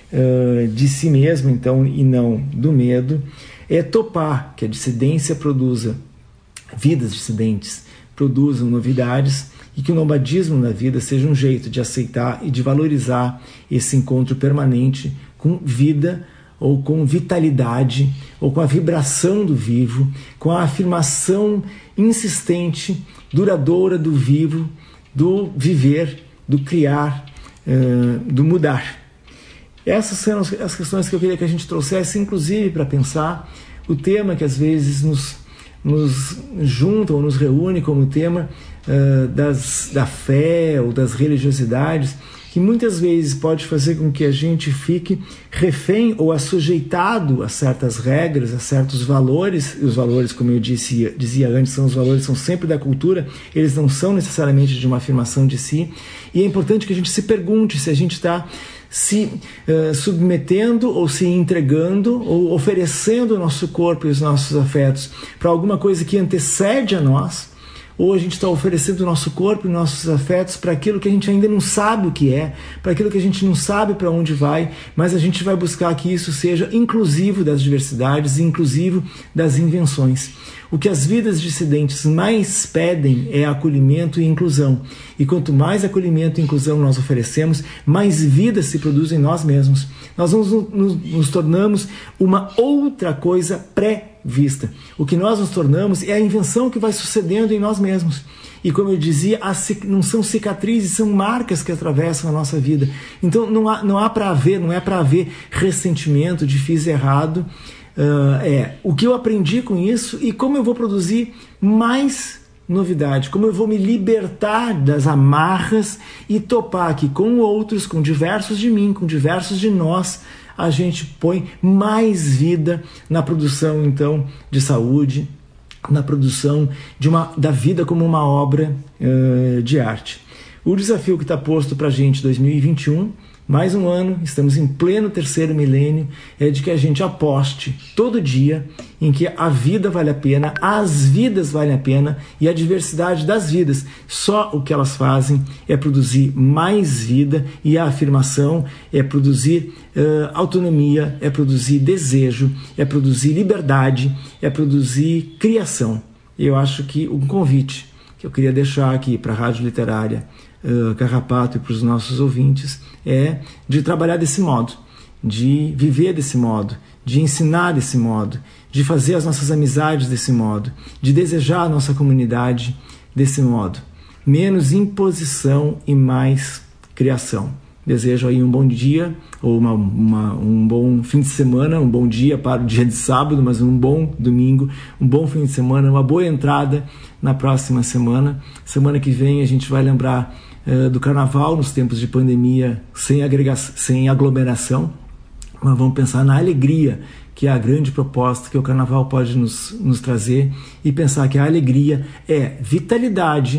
F: uh, de si mesmo, então, e não do medo, é topar que a dissidência produza vidas dissidentes, produzam novidades e que o nomadismo na vida seja um jeito de aceitar e de valorizar esse encontro permanente com vida ou com vitalidade ou com a vibração do vivo, com a afirmação insistente, duradoura do vivo, do viver, do criar, uh, do mudar. Essas são as questões que eu queria que a gente trouxesse, inclusive para pensar o tema que às vezes nos, nos junta ou nos reúne como tema uh, das, da fé ou das religiosidades, que muitas vezes pode fazer com que a gente fique refém ou assujeitado a certas regras, a certos valores, e os valores, como eu disse, dizia antes, são os valores são sempre da cultura, eles não são necessariamente de uma afirmação de si, e é importante que a gente se pergunte se a gente está se uh, submetendo ou se entregando ou oferecendo o nosso corpo e os nossos afetos para alguma coisa que antecede a nós, ou a gente está oferecendo o nosso corpo e nossos afetos para aquilo que a gente ainda não sabe o que é, para aquilo que a gente não sabe para onde vai, mas a gente vai buscar que isso seja inclusivo das diversidades, inclusivo das invenções. O que as vidas dissidentes mais pedem é acolhimento e inclusão. E quanto mais acolhimento e inclusão nós oferecemos, mais vida se produz em nós mesmos. Nós nos, nos, nos tornamos uma outra coisa pré-vista. O que nós nos tornamos é a invenção que vai sucedendo em nós mesmos. E como eu dizia, não são cicatrizes, são marcas que atravessam a nossa vida. Então não há, não há para haver, não é para haver ressentimento de fiz errado. Uh, é o que eu aprendi com isso e como eu vou produzir mais novidade, como eu vou me libertar das amarras e topar que com outros, com diversos de mim, com diversos de nós, a gente põe mais vida na produção então de saúde, na produção de uma, da vida como uma obra uh, de arte. O desafio que está posto para a gente em dois mil e vinte e um, mais um ano, estamos em pleno terceiro milênio, é de que a gente aposte todo dia em que a vida vale a pena, as vidas valem a pena e a diversidade das vidas. Só o que elas fazem é produzir mais vida e a afirmação é produzir uh, autonomia, é produzir desejo, é produzir liberdade, é produzir criação. E eu acho que um convite que eu queria deixar aqui para a Rádio Literária Uh, Carrapato e para os nossos ouvintes é de trabalhar desse modo, de viver desse modo, de ensinar desse modo, de fazer as nossas amizades desse modo, de desejar a nossa comunidade desse modo. Menos imposição e mais criação. Desejo aí um bom dia, ou uma, uma, um bom fim de semana, um bom dia para o dia de sábado, mas um bom domingo, um bom fim de semana, uma boa entrada na próxima semana. Semana que vem a gente vai lembrar uh, do carnaval nos tempos de pandemia sem, agregação, sem aglomeração, mas vamos pensar na alegria, que é a grande proposta que o carnaval pode nos, nos trazer, e pensar que a alegria é vitalidade,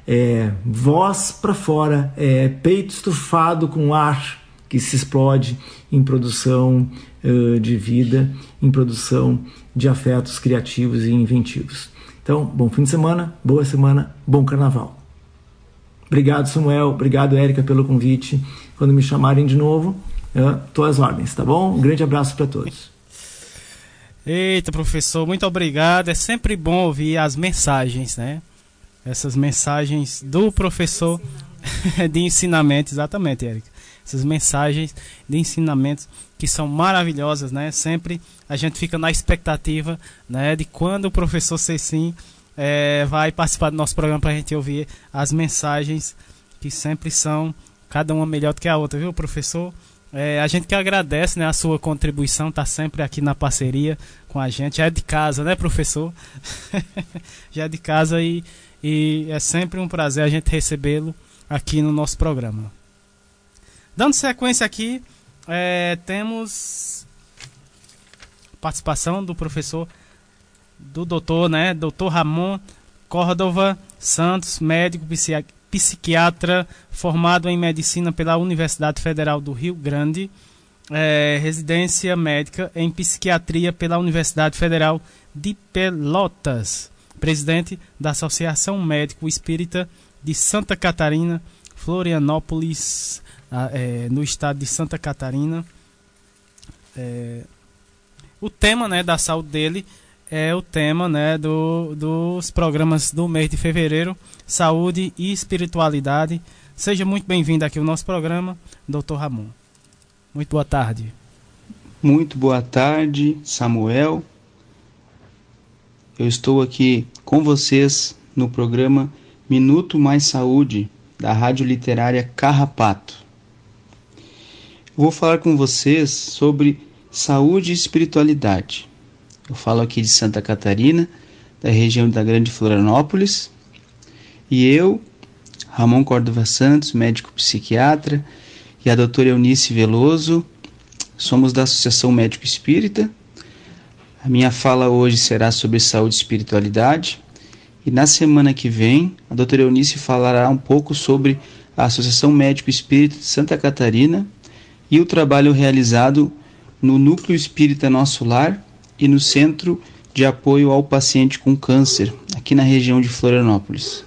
F: é voz para fora, é peito estufado com ar que se explode em produção uh, de vida, em produção de afetos criativos e inventivos. Então, bom fim de semana, boa semana, bom carnaval. Obrigado, Samuel. Obrigado, Érica, pelo convite. Quando me chamarem de novo, estou às ordens, tá bom? Um grande abraço para todos.
C: Eita, professor, muito obrigado. É sempre bom ouvir as mensagens, né? Essas mensagens do professor de ensinamento, exatamente, Érica. Essas mensagens de ensinamentos que são maravilhosas, né? Sempre a gente fica na expectativa, né, de quando o professor Cecim é, vai participar do nosso programa para a gente ouvir as mensagens que sempre são, cada uma melhor do que a outra, viu, professor? É, a gente que agradece, né, a sua contribuição, está sempre aqui na parceria com a gente. Já é de casa, né, professor? Já é de casa e, e é sempre um prazer a gente recebê-lo aqui no nosso programa. Dando sequência aqui, é, temos participação do professor, do doutor, né, doutor Ramon Córdova Santos, médico psiquiatra, psiquiatra formado em medicina pela Universidade Federal do Rio Grande, é, residência médica em psiquiatria pela Universidade Federal de Pelotas, presidente da Associação Médico Espírita de Santa Catarina, Florianópolis, é, no estado de Santa Catarina. É, o tema, né, da saúde dele é o tema, né, do, dos programas do mês de fevereiro, saúde e espiritualidade. Seja muito bem-vindo aqui ao nosso programa, doutor Ramon. Muito boa tarde.
G: Muito boa tarde, Samuel. Eu estou aqui com vocês no programa Minuto Mais Saúde, da Rádio Literária Carrapato. Eu vou falar com vocês sobre saúde e espiritualidade. Eu falo aqui de Santa Catarina, da região da Grande Florianópolis, e eu, Ramon Córdova Santos, médico psiquiatra, e a doutora Eunice Veloso, somos da Associação Médico Espírita. A minha fala hoje será sobre saúde e espiritualidade, e na semana que vem a doutora Eunice falará um pouco sobre a Associação Médico Espírita de Santa Catarina e o trabalho realizado no Núcleo Espírita Nosso Lar e no Centro de Apoio ao Paciente com Câncer, aqui na região de Florianópolis.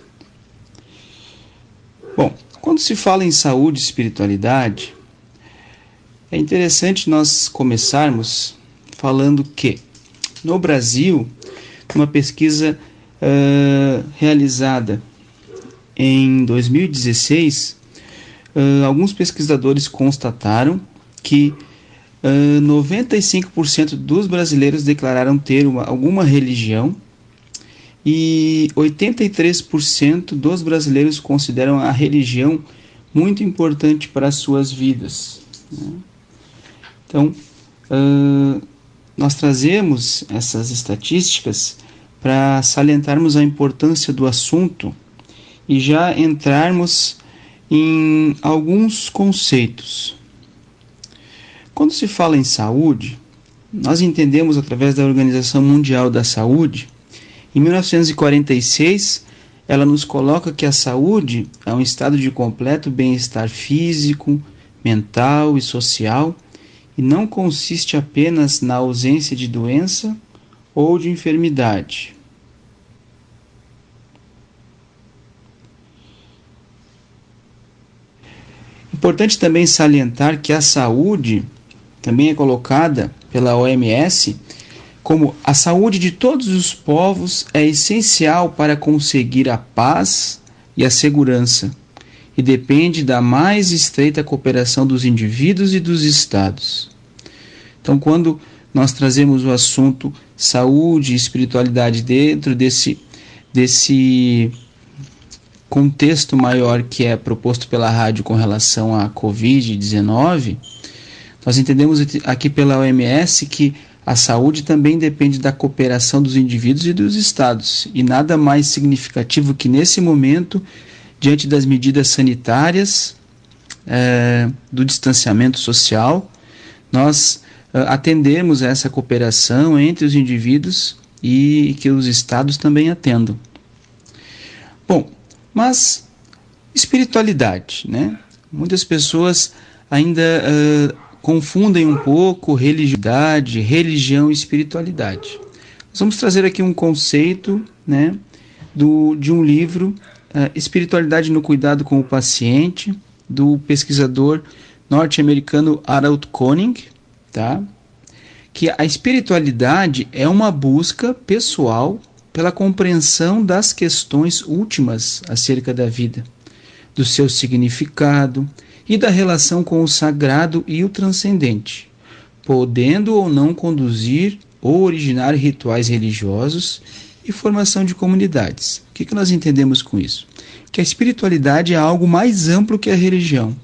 G: Bom, quando se fala em saúde e espiritualidade, é interessante nós começarmos falando que, no Brasil, uma pesquisa uh, realizada em dois mil e dezesseis, uh, alguns pesquisadores constataram que Uh, noventa e cinco por cento dos brasileiros declararam ter uma, alguma religião e oitenta e três por cento dos brasileiros consideram a religião muito importante para as suas vidas, né? Então, uh, nós trazemos essas estatísticas para salientarmos a importância do assunto e já entrarmos em alguns conceitos. Quando se fala em saúde, nós entendemos através da Organização Mundial da Saúde, em mil novecentos e quarenta e seis, ela nos coloca que a saúde é um estado de completo bem-estar físico, mental e social, e não consiste apenas na ausência de doença ou de enfermidade. Importante também salientar que a saúde também é colocada pela O M S como a saúde de todos os povos é essencial para conseguir a paz e a segurança e depende da mais estreita cooperação dos indivíduos e dos estados. Então, quando nós trazemos o assunto saúde e espiritualidade dentro desse, desse contexto maior que é proposto pela rádio com relação à covid dezenove, nós entendemos aqui pela O M S que a saúde também depende da cooperação dos indivíduos e dos estados, e nada mais significativo que nesse momento, diante das medidas sanitárias, é, do distanciamento social, nós é, atendemos a essa cooperação entre os indivíduos e que os estados também atendam. Bom, mas espiritualidade, né? Muitas pessoas ainda uh, confundem um pouco religiosidade, religião e espiritualidade. Nós vamos trazer aqui um conceito, né, do, de um livro uh, Espiritualidade no Cuidado com o Paciente, do pesquisador norte-americano Harold Koenig, tá? Que a espiritualidade é uma busca pessoal pela compreensão das questões últimas acerca da vida, do seu significado e da relação com o sagrado e o transcendente, podendo ou não conduzir ou originar rituais religiosos e formação de comunidades. O que, que nós entendemos com isso? Que a espiritualidade é algo mais amplo que a religião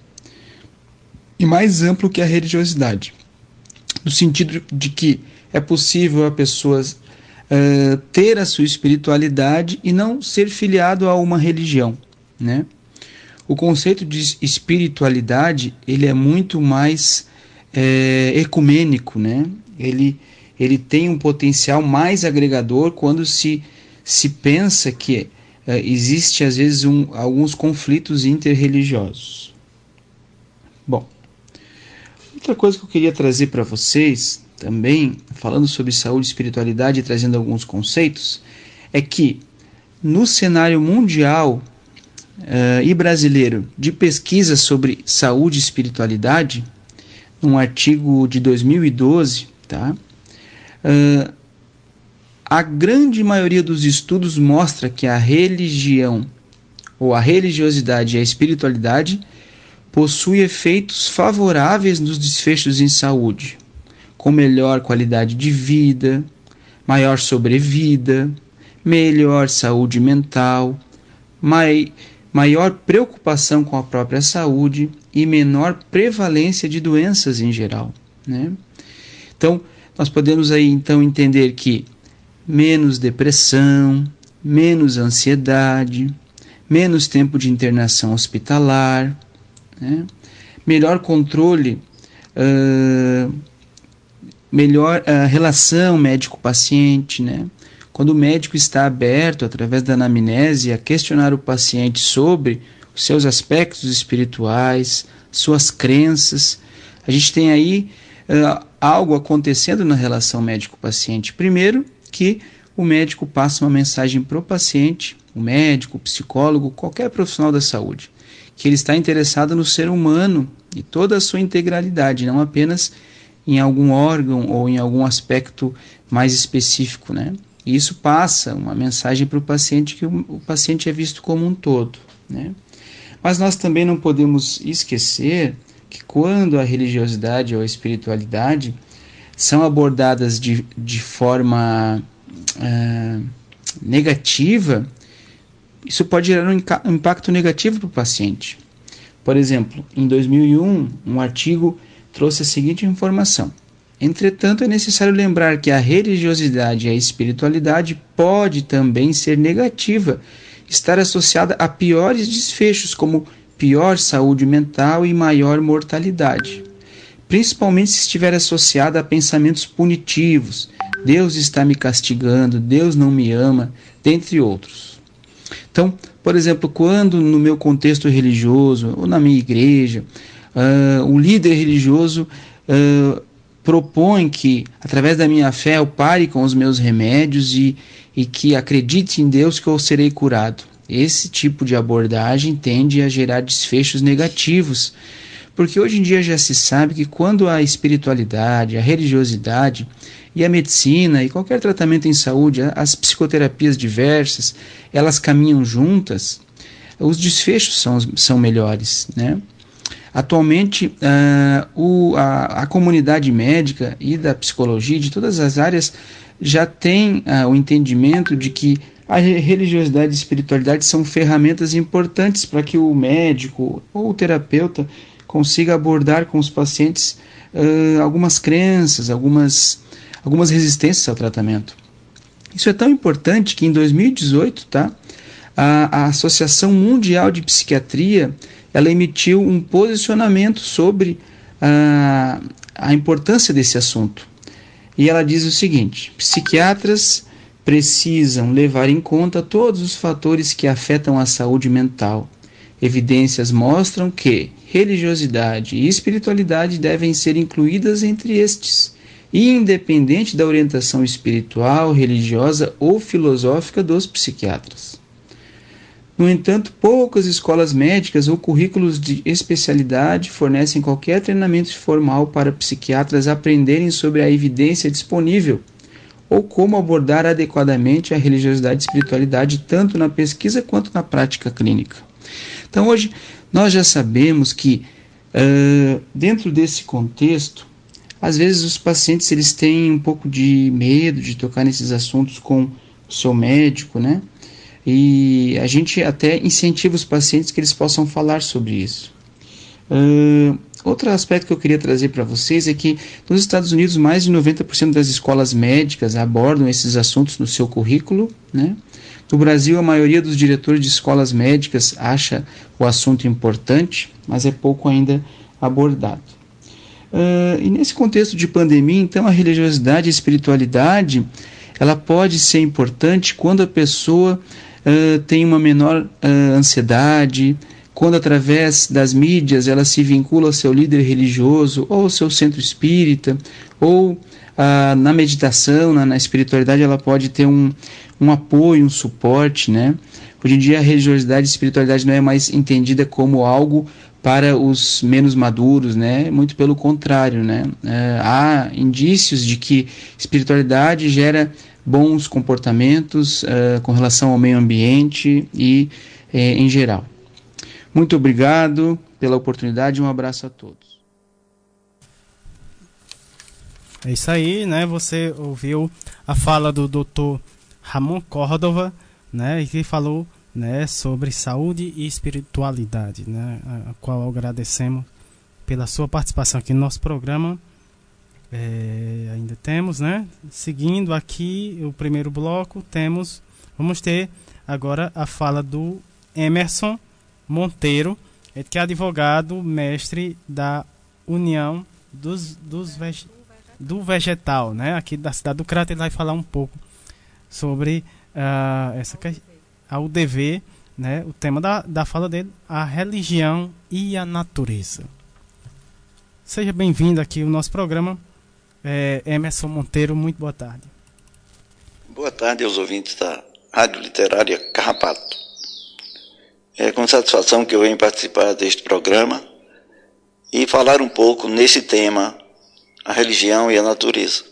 G: e mais amplo que a religiosidade, no sentido de que é possível a pessoa uh, ter a sua espiritualidade e não ser filiado a uma religião, né? O conceito de espiritualidade, ele é muito mais é, ecumênico, né? Ele, ele tem um potencial mais agregador quando se, se pensa que é, existe, às vezes, um, alguns conflitos interreligiosos. Bom, outra coisa que eu queria trazer para vocês, também, falando sobre saúde e espiritualidade e trazendo alguns conceitos, é que no cenário mundial Uh, e brasileiro de pesquisa sobre saúde e espiritualidade, num artigo de dois mil e doze, tá? Uh, a grande maioria dos estudos mostra que a religião, ou a religiosidade e a espiritualidade, possui efeitos favoráveis nos desfechos em saúde, com melhor qualidade de vida, maior sobrevida, melhor saúde mental, mai maior preocupação com a própria saúde e menor prevalência de doenças em geral, né? Então, nós podemos aí então entender que menos depressão, menos ansiedade, menos tempo de internação hospitalar, né? Melhor controle, uh, melhor uh, relação médico-paciente, né? Quando o médico está aberto, através da anamnese, a questionar o paciente sobre os seus aspectos espirituais, suas crenças, a gente tem aí uh, algo acontecendo na relação médico-paciente. Primeiro, que o médico passa uma mensagem para o paciente, o médico, o psicólogo, qualquer profissional da saúde, que ele está interessado no ser humano e toda a sua integralidade, não apenas em algum órgão ou em algum aspecto mais específico, né? E isso passa uma mensagem para o paciente que o, o paciente é visto como um todo, né? Mas nós também não podemos esquecer que quando a religiosidade ou a espiritualidade são abordadas de, de forma uh, negativa, isso pode gerar um, um impacto negativo para o paciente. Por exemplo, em dois mil e um, um artigo trouxe a seguinte informação: entretanto, é necessário lembrar que a religiosidade e a espiritualidade pode também ser negativa, estar associada a piores desfechos, como pior saúde mental e maior mortalidade, principalmente se estiver associada a pensamentos punitivos, Deus está me castigando, Deus não me ama, dentre outros. Então, por exemplo, quando no meu contexto religioso, ou na minha igreja, uh, o líder religioso uh, propõe que, através da minha fé, eu pare com os meus remédios e, e que acredite em Deus que eu serei curado. Esse tipo de abordagem tende a gerar desfechos negativos, porque hoje em dia já se sabe que quando a espiritualidade, a religiosidade e a medicina e qualquer tratamento em saúde, as psicoterapias diversas, elas caminham juntas, os desfechos são, são melhores, né? Atualmente, uh, o, a, a comunidade médica e da psicologia, de todas as áreas, já tem uh, o entendimento de que a religiosidade e a espiritualidade são ferramentas importantes para que o médico ou o terapeuta consiga abordar com os pacientes uh, algumas crenças, algumas, algumas resistências ao tratamento. Isso é tão importante que em dois mil e dezoito, tá, a, a Associação Mundial de Psiquiatria ela emitiu um posicionamento sobre a, a importância desse assunto. E ela diz o seguinte: psiquiatras precisam levar em conta todos os fatores que afetam a saúde mental. Evidências mostram que religiosidade e espiritualidade devem ser incluídas entre estes, independente da orientação espiritual, religiosa ou filosófica dos psiquiatras. No entanto, poucas escolas médicas ou currículos de especialidade fornecem qualquer treinamento formal para psiquiatras aprenderem sobre a evidência disponível ou como abordar adequadamente a religiosidade e espiritualidade tanto na pesquisa quanto na prática clínica. Então, hoje, nós já sabemos que, uh, dentro desse contexto, às vezes os pacientes eles têm um pouco de medo de tocar nesses assuntos com o seu médico, né? E a gente até incentiva os pacientes que eles possam falar sobre isso. Uh, outro aspecto que eu queria trazer para vocês é que nos Estados Unidos mais de noventa por cento das escolas médicas abordam esses assuntos no seu currículo, né? No Brasil, a maioria dos diretores de escolas médicas acha o assunto importante, mas é pouco ainda abordado. Uh, e nesse contexto de pandemia, então, a religiosidade e a espiritualidade ela pode ser importante quando a pessoa uh, tem uma menor uh, ansiedade, quando através das mídias ela se vincula ao seu líder religioso ou ao seu centro espírita, ou uh, na meditação, na, na espiritualidade, ela pode ter um, um apoio, um suporte, né? Hoje em dia a religiosidade e a espiritualidade não é mais entendida como algo para os menos maduros, né? Muito pelo contrário, né? É, há indícios de que espiritualidade gera bons comportamentos uh, com relação ao meio ambiente e eh, em geral. Muito obrigado pela oportunidade e um abraço a todos.
C: É isso aí, né? Você ouviu a fala do doutor Ramon Córdova, né? E que falou, né, sobre saúde e espiritualidade, né? A qual agradecemos pela sua participação aqui no nosso programa. É, ainda temos, né? Seguindo aqui o primeiro bloco, temos, vamos ter agora a fala do Emerson Monteiro, que é advogado, mestre da União dos, dos veg, do Vegetal, né? Aqui da cidade do Crato. Ele vai falar um pouco sobre uh, essa a U D V, né? O tema da, da fala dele, a religião e a natureza. Seja bem-vindo aqui ao nosso programa. É, Emerson Monteiro, muito boa tarde.
H: Boa tarde aos ouvintes da Rádio Literária Carrapato. É com satisfação que eu venho participar deste programa e falar um pouco nesse tema, a religião e a natureza.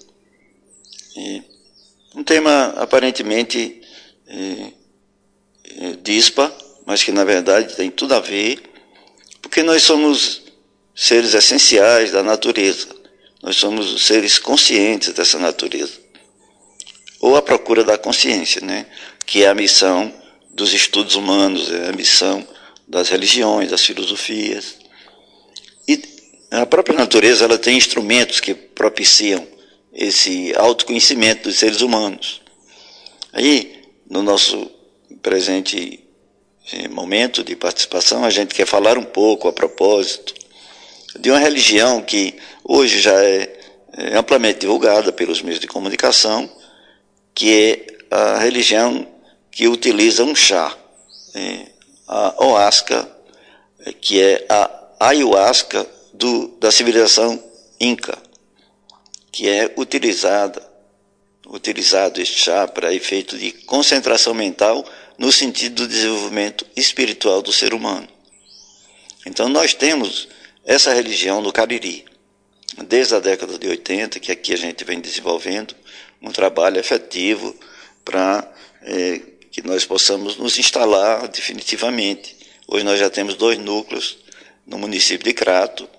H: E um tema aparentemente é, é, díspar, mas que na verdade tem tudo a ver, porque nós somos seres essenciais da natureza. Nós somos os seres conscientes dessa natureza, ou a procura da consciência, né? Que é a missão dos estudos humanos, é a missão das religiões, das filosofias. E a própria natureza ela tem instrumentos que propiciam esse autoconhecimento dos seres humanos. Aí, no nosso presente momento de participação, a gente quer falar um pouco a propósito de uma religião que hoje já é, é amplamente divulgada pelos meios de comunicação, que é a religião que utiliza um chá, é, a Oaxaca, é, que é a ayahuasca do, da civilização Inca, que é utilizada, utilizado este chá para efeito de concentração mental no sentido do desenvolvimento espiritual do ser humano. Então nós temos essa religião no Cariri, desde a década de oitenta, que aqui a gente vem desenvolvendo um trabalho efetivo para é, que nós possamos nos instalar definitivamente. Hoje nós já temos dois núcleos no município de Crato,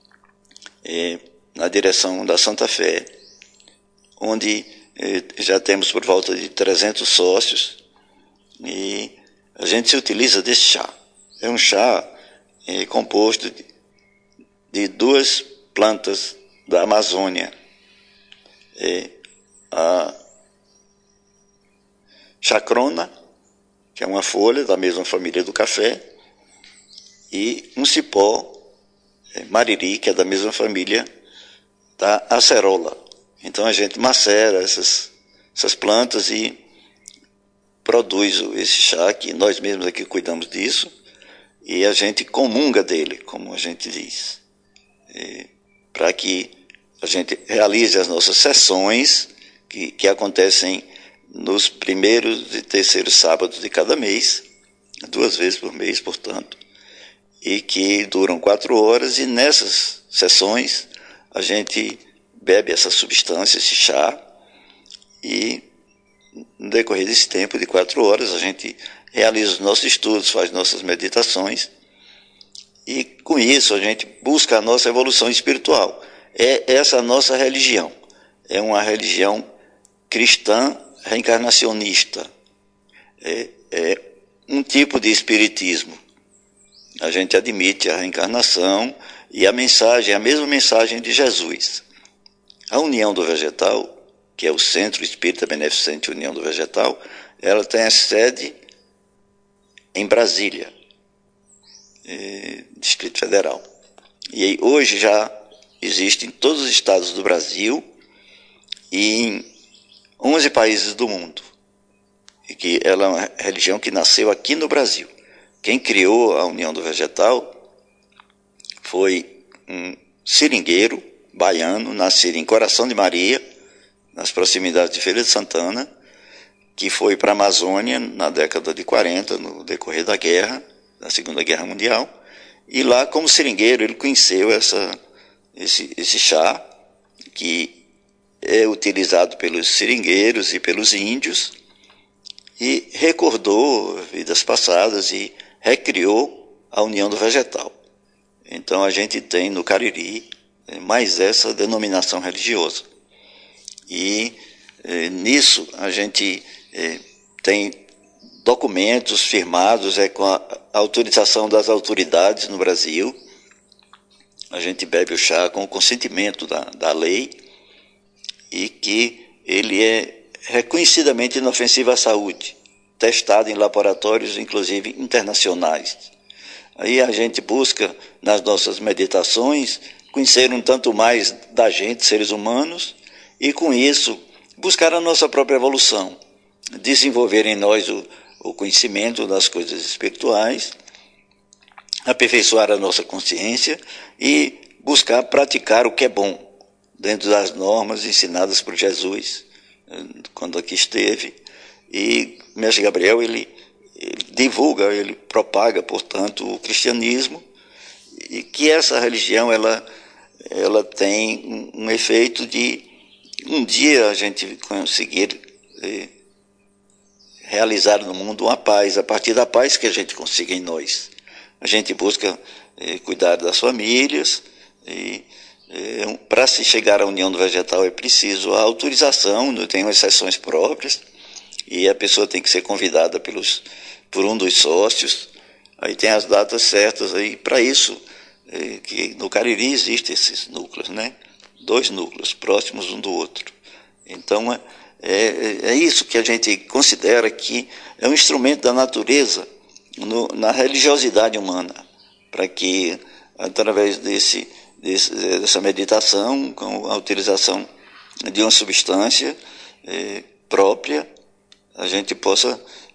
H: é, na direção da Santa Fé, onde é, já temos por volta de trezentos sócios, e a gente se utiliza desse chá. É um chá é, composto de de duas plantas da Amazônia, é a chacrona, que é uma folha da mesma família do café, e um cipó, é, mariri, que é da mesma família da acerola. Então a gente macera essas, essas plantas e produz esse chá, que nós mesmos aqui cuidamos disso, e a gente comunga dele, como a gente diz. Para que a gente realize as nossas sessões, que, que acontecem nos primeiros e terceiros sábados de cada mês, duas vezes por mês, portanto, e que duram quatro horas, e nessas sessões a gente bebe essa substância, esse chá, e no decorrer desse tempo de quatro horas a gente realiza os nossos estudos, faz nossas meditações, e com isso a gente busca a nossa evolução espiritual. É essa a nossa religião. É uma religião cristã reencarnacionista. É, é um tipo de espiritismo. A gente admite a reencarnação e a mensagem, a mesma mensagem de Jesus. A União do Vegetal, que é o Centro Espírita Beneficente União do Vegetal, ela tem a sede em Brasília, eh, Distrito Federal. E aí, hoje já existe em todos os estados do Brasil e em onze países do mundo. E que ela é uma religião que nasceu aqui no Brasil. Quem criou a União do Vegetal foi um seringueiro baiano, nascido em Coração de Maria, nas proximidades de Feira de Santana, que foi para a Amazônia na década de quarenta, no decorrer da guerra, da Segunda Guerra Mundial, e lá, como seringueiro, ele conheceu essa, esse, esse chá, que é utilizado pelos seringueiros e pelos índios, e recordou vidas passadas e recriou a União do Vegetal. Então a gente tem no Cariri mais essa denominação religiosa. E eh, nisso a gente eh, tem documentos firmados é, com a autorização das autoridades no Brasil. A gente bebe o chá com o consentimento da, da lei, e que ele é reconhecidamente inofensivo à saúde, testado em laboratórios, inclusive internacionais. Aí a gente busca, nas nossas meditações, conhecer um tanto mais da gente, seres humanos, e com isso buscar a nossa própria evolução, desenvolver em nós o, o conhecimento das coisas espirituais, aperfeiçoar a nossa consciência e buscar praticar o que é bom, dentro das normas ensinadas por Jesus, quando aqui esteve. E Mestre Gabriel, ele, ele divulga, ele propaga, portanto, o cristianismo, e que essa religião, ela, ela tem um, um efeito de um dia a gente conseguir eh, realizar no mundo uma paz, a partir da paz que a gente consiga em nós. A gente busca eh, cuidar das famílias, e eh, para se chegar à União do Vegetal é preciso a autorização, tem umas sessões próprias, e a pessoa tem que ser convidada pelos, por um dos sócios. Aí tem as datas certas, aí para isso, eh, que no Cariri existem esses núcleos, né? Dois núcleos próximos um do outro. Então é, é, é isso que a gente considera que é um instrumento da natureza no, na religiosidade humana, para que através desse, desse, dessa meditação, com a utilização de uma substância é, própria, a gente possa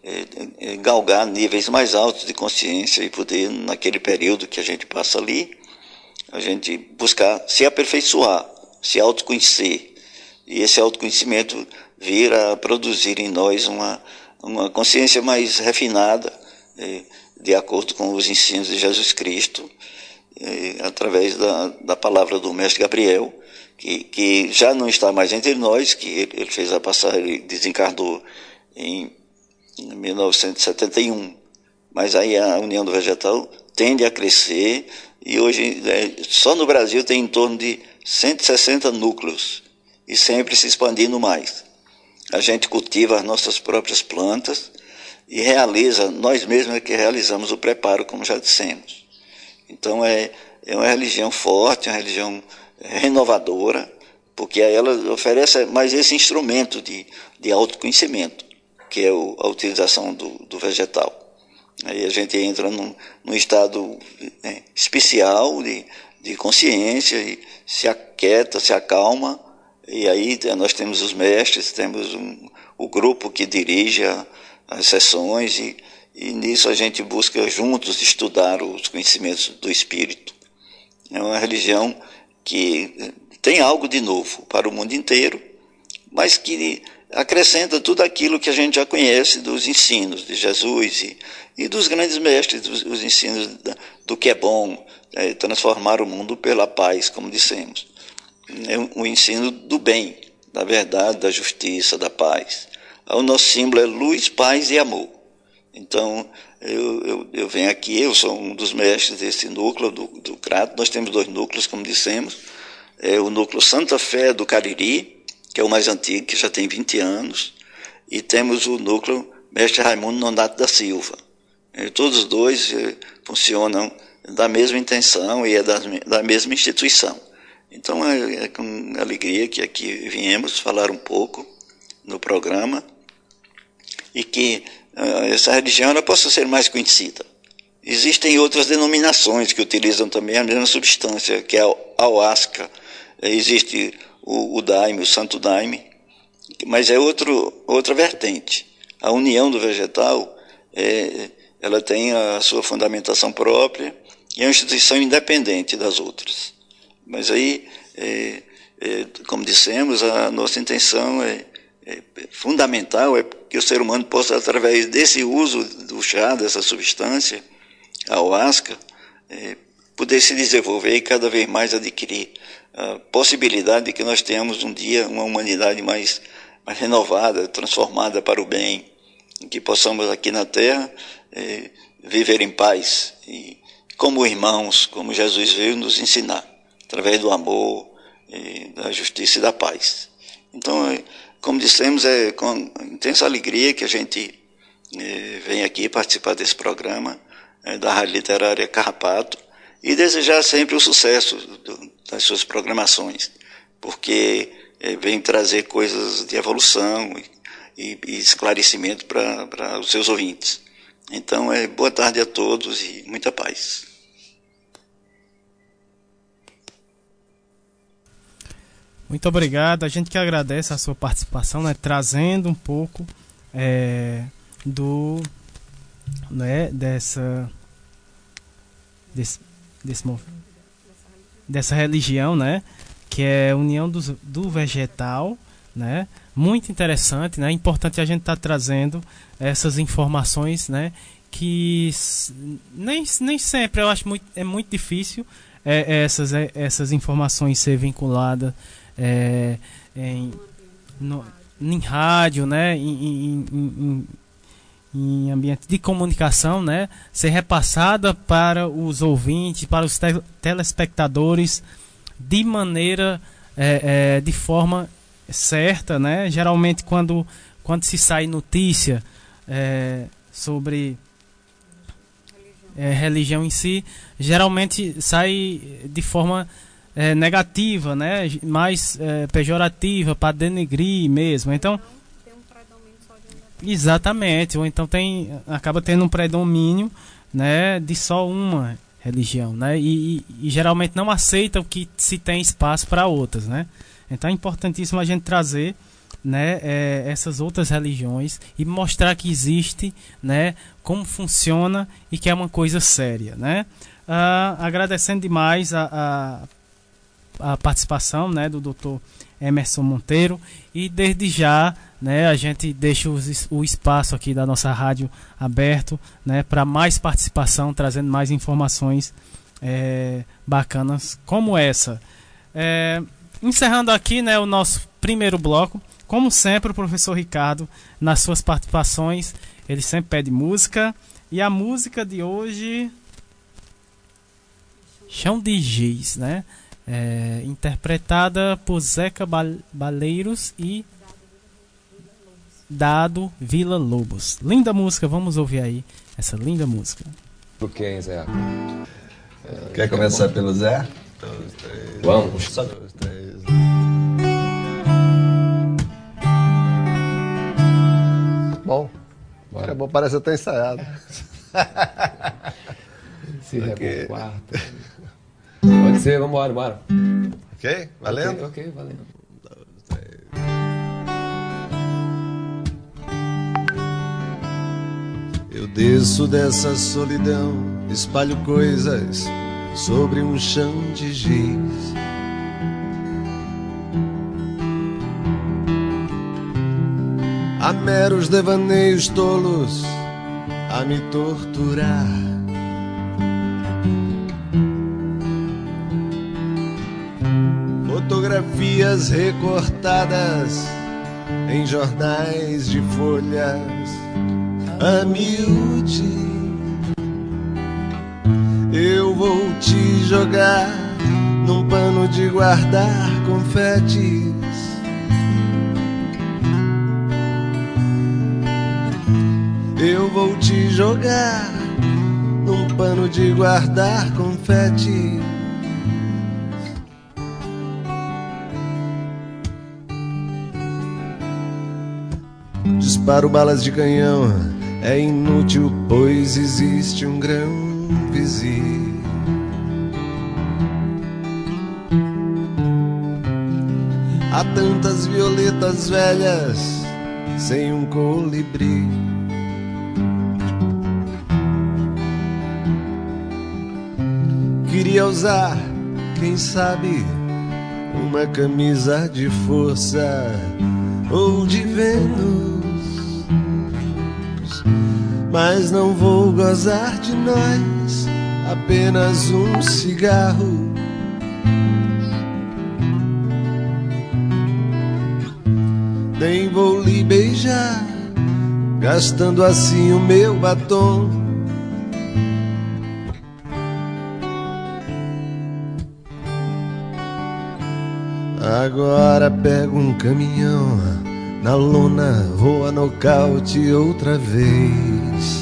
H: é, é, galgar níveis mais altos de consciência e poder, naquele período que a gente passa ali, a gente buscar se aperfeiçoar, se autoconhecer, e esse autoconhecimento vir a produzir em nós uma, uma consciência mais refinada, eh, de acordo com os ensinos de Jesus Cristo, eh, através da, da palavra do Mestre Gabriel, que, que já não está mais entre nós, que ele, ele fez a passagem, ele desencarnou em, em mil novecentos e setenta e um, mas aí a União do Vegetal tende a crescer, e hoje eh, só no Brasil tem em torno de cento e sessenta núcleos, e sempre se expandindo mais. A gente cultiva as nossas próprias plantas e realiza, nós mesmos é que realizamos o preparo, como já dissemos. Então é, é uma religião forte, uma religião renovadora, porque ela oferece mais esse instrumento de, de autoconhecimento, que é o, a utilização do, do vegetal. Aí a gente entra num, num estado, né, especial de, de consciência, e se aquieta, se acalma, e aí nós temos os mestres, temos um, o grupo que dirige a, as sessões, e, e nisso a gente busca juntos estudar os conhecimentos do Espírito. É uma religião que tem algo de novo para o mundo inteiro, mas que acrescenta tudo aquilo que a gente já conhece dos ensinos de Jesus e, e dos grandes mestres, dos, dos ensinos da, do que é bom, é, transformar o mundo pela paz, como dissemos. É o ensino do bem, da verdade, da justiça, da paz. O nosso símbolo é luz, paz e amor. Então, eu, eu, eu venho aqui, eu sou um dos mestres desse núcleo do, do Crato. Nós temos dois núcleos, como dissemos. É o núcleo Santa Fé do Cariri, que é o mais antigo, que já tem vinte anos. E temos o núcleo Mestre Raimundo Nonato da Silva. E todos os dois eh, funcionam da mesma intenção e é da, da mesma instituição. Então, é, é com alegria que aqui viemos falar um pouco no programa e que uh, essa religião ela possa ser mais conhecida. Existem outras denominações que utilizam também a mesma substância, que é a ayahuasca. Existe o, o daime, o santo daime, mas é outro, outra vertente. A união do vegetal, é, ela tem a sua fundamentação própria e é uma instituição independente das outras. Mas aí, é, é, como dissemos, a nossa intenção é, é fundamental, é que o ser humano possa, através desse uso do chá, dessa substância, a ayahuasca, é, poder se desenvolver e cada vez mais adquirir a possibilidade de que nós tenhamos um dia uma humanidade mais, mais renovada, transformada para o bem, em que possamos aqui na Terra é, viver em paz, e como irmãos, como Jesus veio nos ensinar, através do amor, e da justiça e da paz. Então, é, como dissemos, é com intensa alegria que a gente é, vem aqui participar desse programa é, da Rádio Literária Carrapato e desejar sempre o sucesso do, das suas programações, porque é, vem trazer coisas de evolução e, e esclarecimento para os seus ouvintes. Então, é, boa tarde a todos e muita paz.
C: Muito obrigado, a gente que agradece a sua participação, né, trazendo um pouco é, do, né, dessa, desse, desse, dessa religião, né, que é a união do, do vegetal, né, muito interessante, né, importante a gente estar tá trazendo essas informações, né, que nem, nem sempre, eu acho muito, é muito difícil é, essas, é, essas informações ser vinculadas É, em, no, em rádio, né, em, em, em, em ambiente de comunicação, né, ser repassada para os ouvintes, para os te telespectadores de maneira, é, é, de forma certa, né. Geralmente quando, quando se sai notícia é, sobre é, religião em si, geralmente sai de forma É, negativa, né, mais é, pejorativa, para denegrir mesmo. Então, exatamente, ou então tem, acaba tendo um predomínio, né, de só uma religião, né, e, e, e geralmente não aceita o que se tem espaço para outras, né. Então é importantíssimo a gente trazer, né, é, essas outras religiões e mostrar que existe, né, como funciona e que é uma coisa séria, né. Ah, agradecendo demais a, a a participação, né, do doutor Emerson Monteiro, e desde já, né, a gente deixa os, o espaço aqui da nossa rádio aberto, né, para mais participação, trazendo mais informações é, bacanas como essa. É, encerrando aqui, né, o nosso primeiro bloco, como sempre o professor Ricardo, nas suas participações, ele sempre pede música, e a música de hoje, Chão de Giz, né, É, interpretada por Zeca Baleiros e Dado Vila Lobos. Linda música, vamos ouvir aí essa linda música.
I: Por quem, Zé?
J: É, Quer começar pelo Zé? Dois, três,
I: vamos.
J: Só dois, três. Bom, é bom, parece até ensaiado.
I: Se okay. É quarto. Pode ser, vamos embora, bora.
J: Ok? Valendo?
I: Ok, okay, valendo. Um, dois, três.
K: Eu desço dessa solidão, espalho coisas sobre um chão de giz. meros devaneios tolos a me torturar. Fotografias recortadas em jornais de folhas a miúde. Eu vou te jogar num pano de guardar confetes. Eu vou te jogar num pano de guardar confetes. Disparo balas de canhão, é inútil, pois existe um grão vizinho. Há tantas violetas velhas sem um colibri. Queria usar, quem sabe, uma camisa de força ou de Vênus, mas não vou gozar de nós, apenas um cigarro. Nem vou lhe beijar, gastando assim o meu batom. Agora pego um caminhão, na lona vou a nocaute outra vez.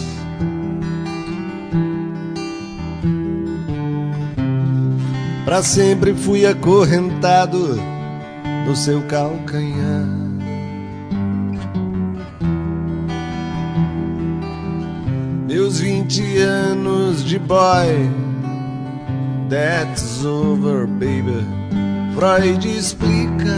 K: Pra sempre fui acorrentado no seu calcanhar. Meus vinte anos de boy, that's over, baby. Freud explica.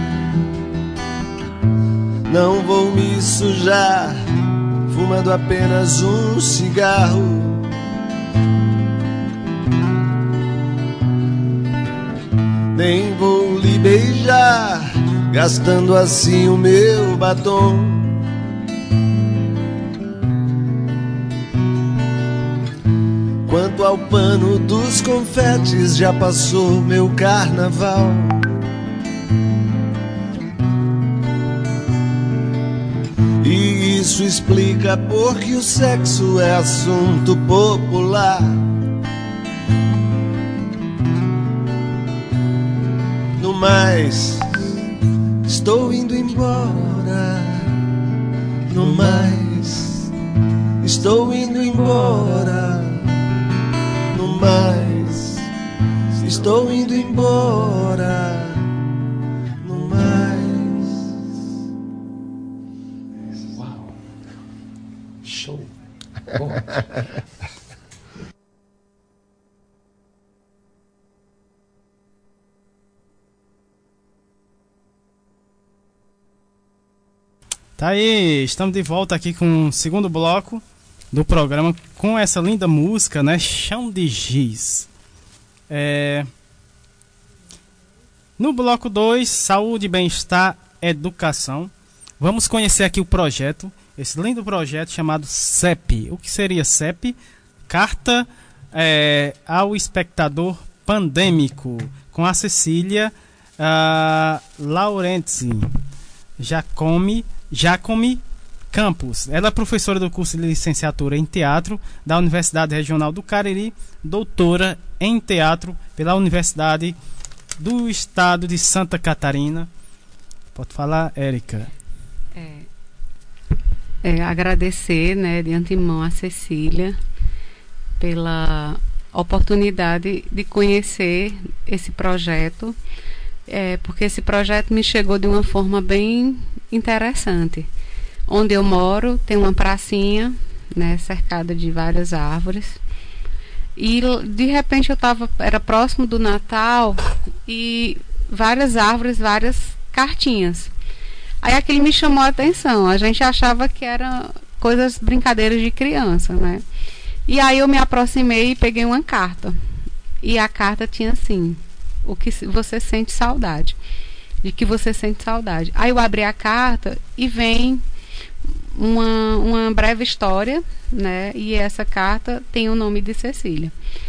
K: Não vou me sujar fumando apenas um cigarro. Nem vou lhe beijar, gastando assim o meu batom. Quanto ao pano dos confetes, já passou meu carnaval. E isso explica porque o sexo é assunto popular. No mais, estou indo embora. No mais, estou indo embora. No mais, estou indo embora. No mais.
I: Uau! Show! Bom.
C: Tá aí, estamos de volta aqui com o segundo bloco do programa com essa linda música, né? Chão de Giz. É... No bloco dois, saúde, bem-estar, educação. Vamos conhecer aqui o projeto, esse lindo projeto chamado C E P. O que seria C E P? Carta é, ao Espectador Pandêmico, com a Cecília uh, Laurenzi Jacome, Jacome Campos. Ela é professora do curso de licenciatura em teatro da Universidade Regional do Cariri, doutora em teatro pela Universidade do Estado de Santa Catarina. Pode falar, Érica.
D: É, é, agradecer, né, de antemão a Cecília pela oportunidade de conhecer esse projeto, é, porque esse projeto me chegou de uma forma bem interessante. Onde eu moro tem uma pracinha, né, cercada de várias árvores, e de repente eu tava, era próximo do Natal, e várias árvores, várias cartinhas. Aí aquilo me chamou a atenção. A gente achava que eram coisas, brincadeiras de criança, né? E aí eu me aproximei e peguei uma carta. E a carta tinha assim: o que você sente saudade. De que você sente saudade. Aí eu abri a carta e vem uma, uma breve história, né? E essa carta tem o nome de Cecília.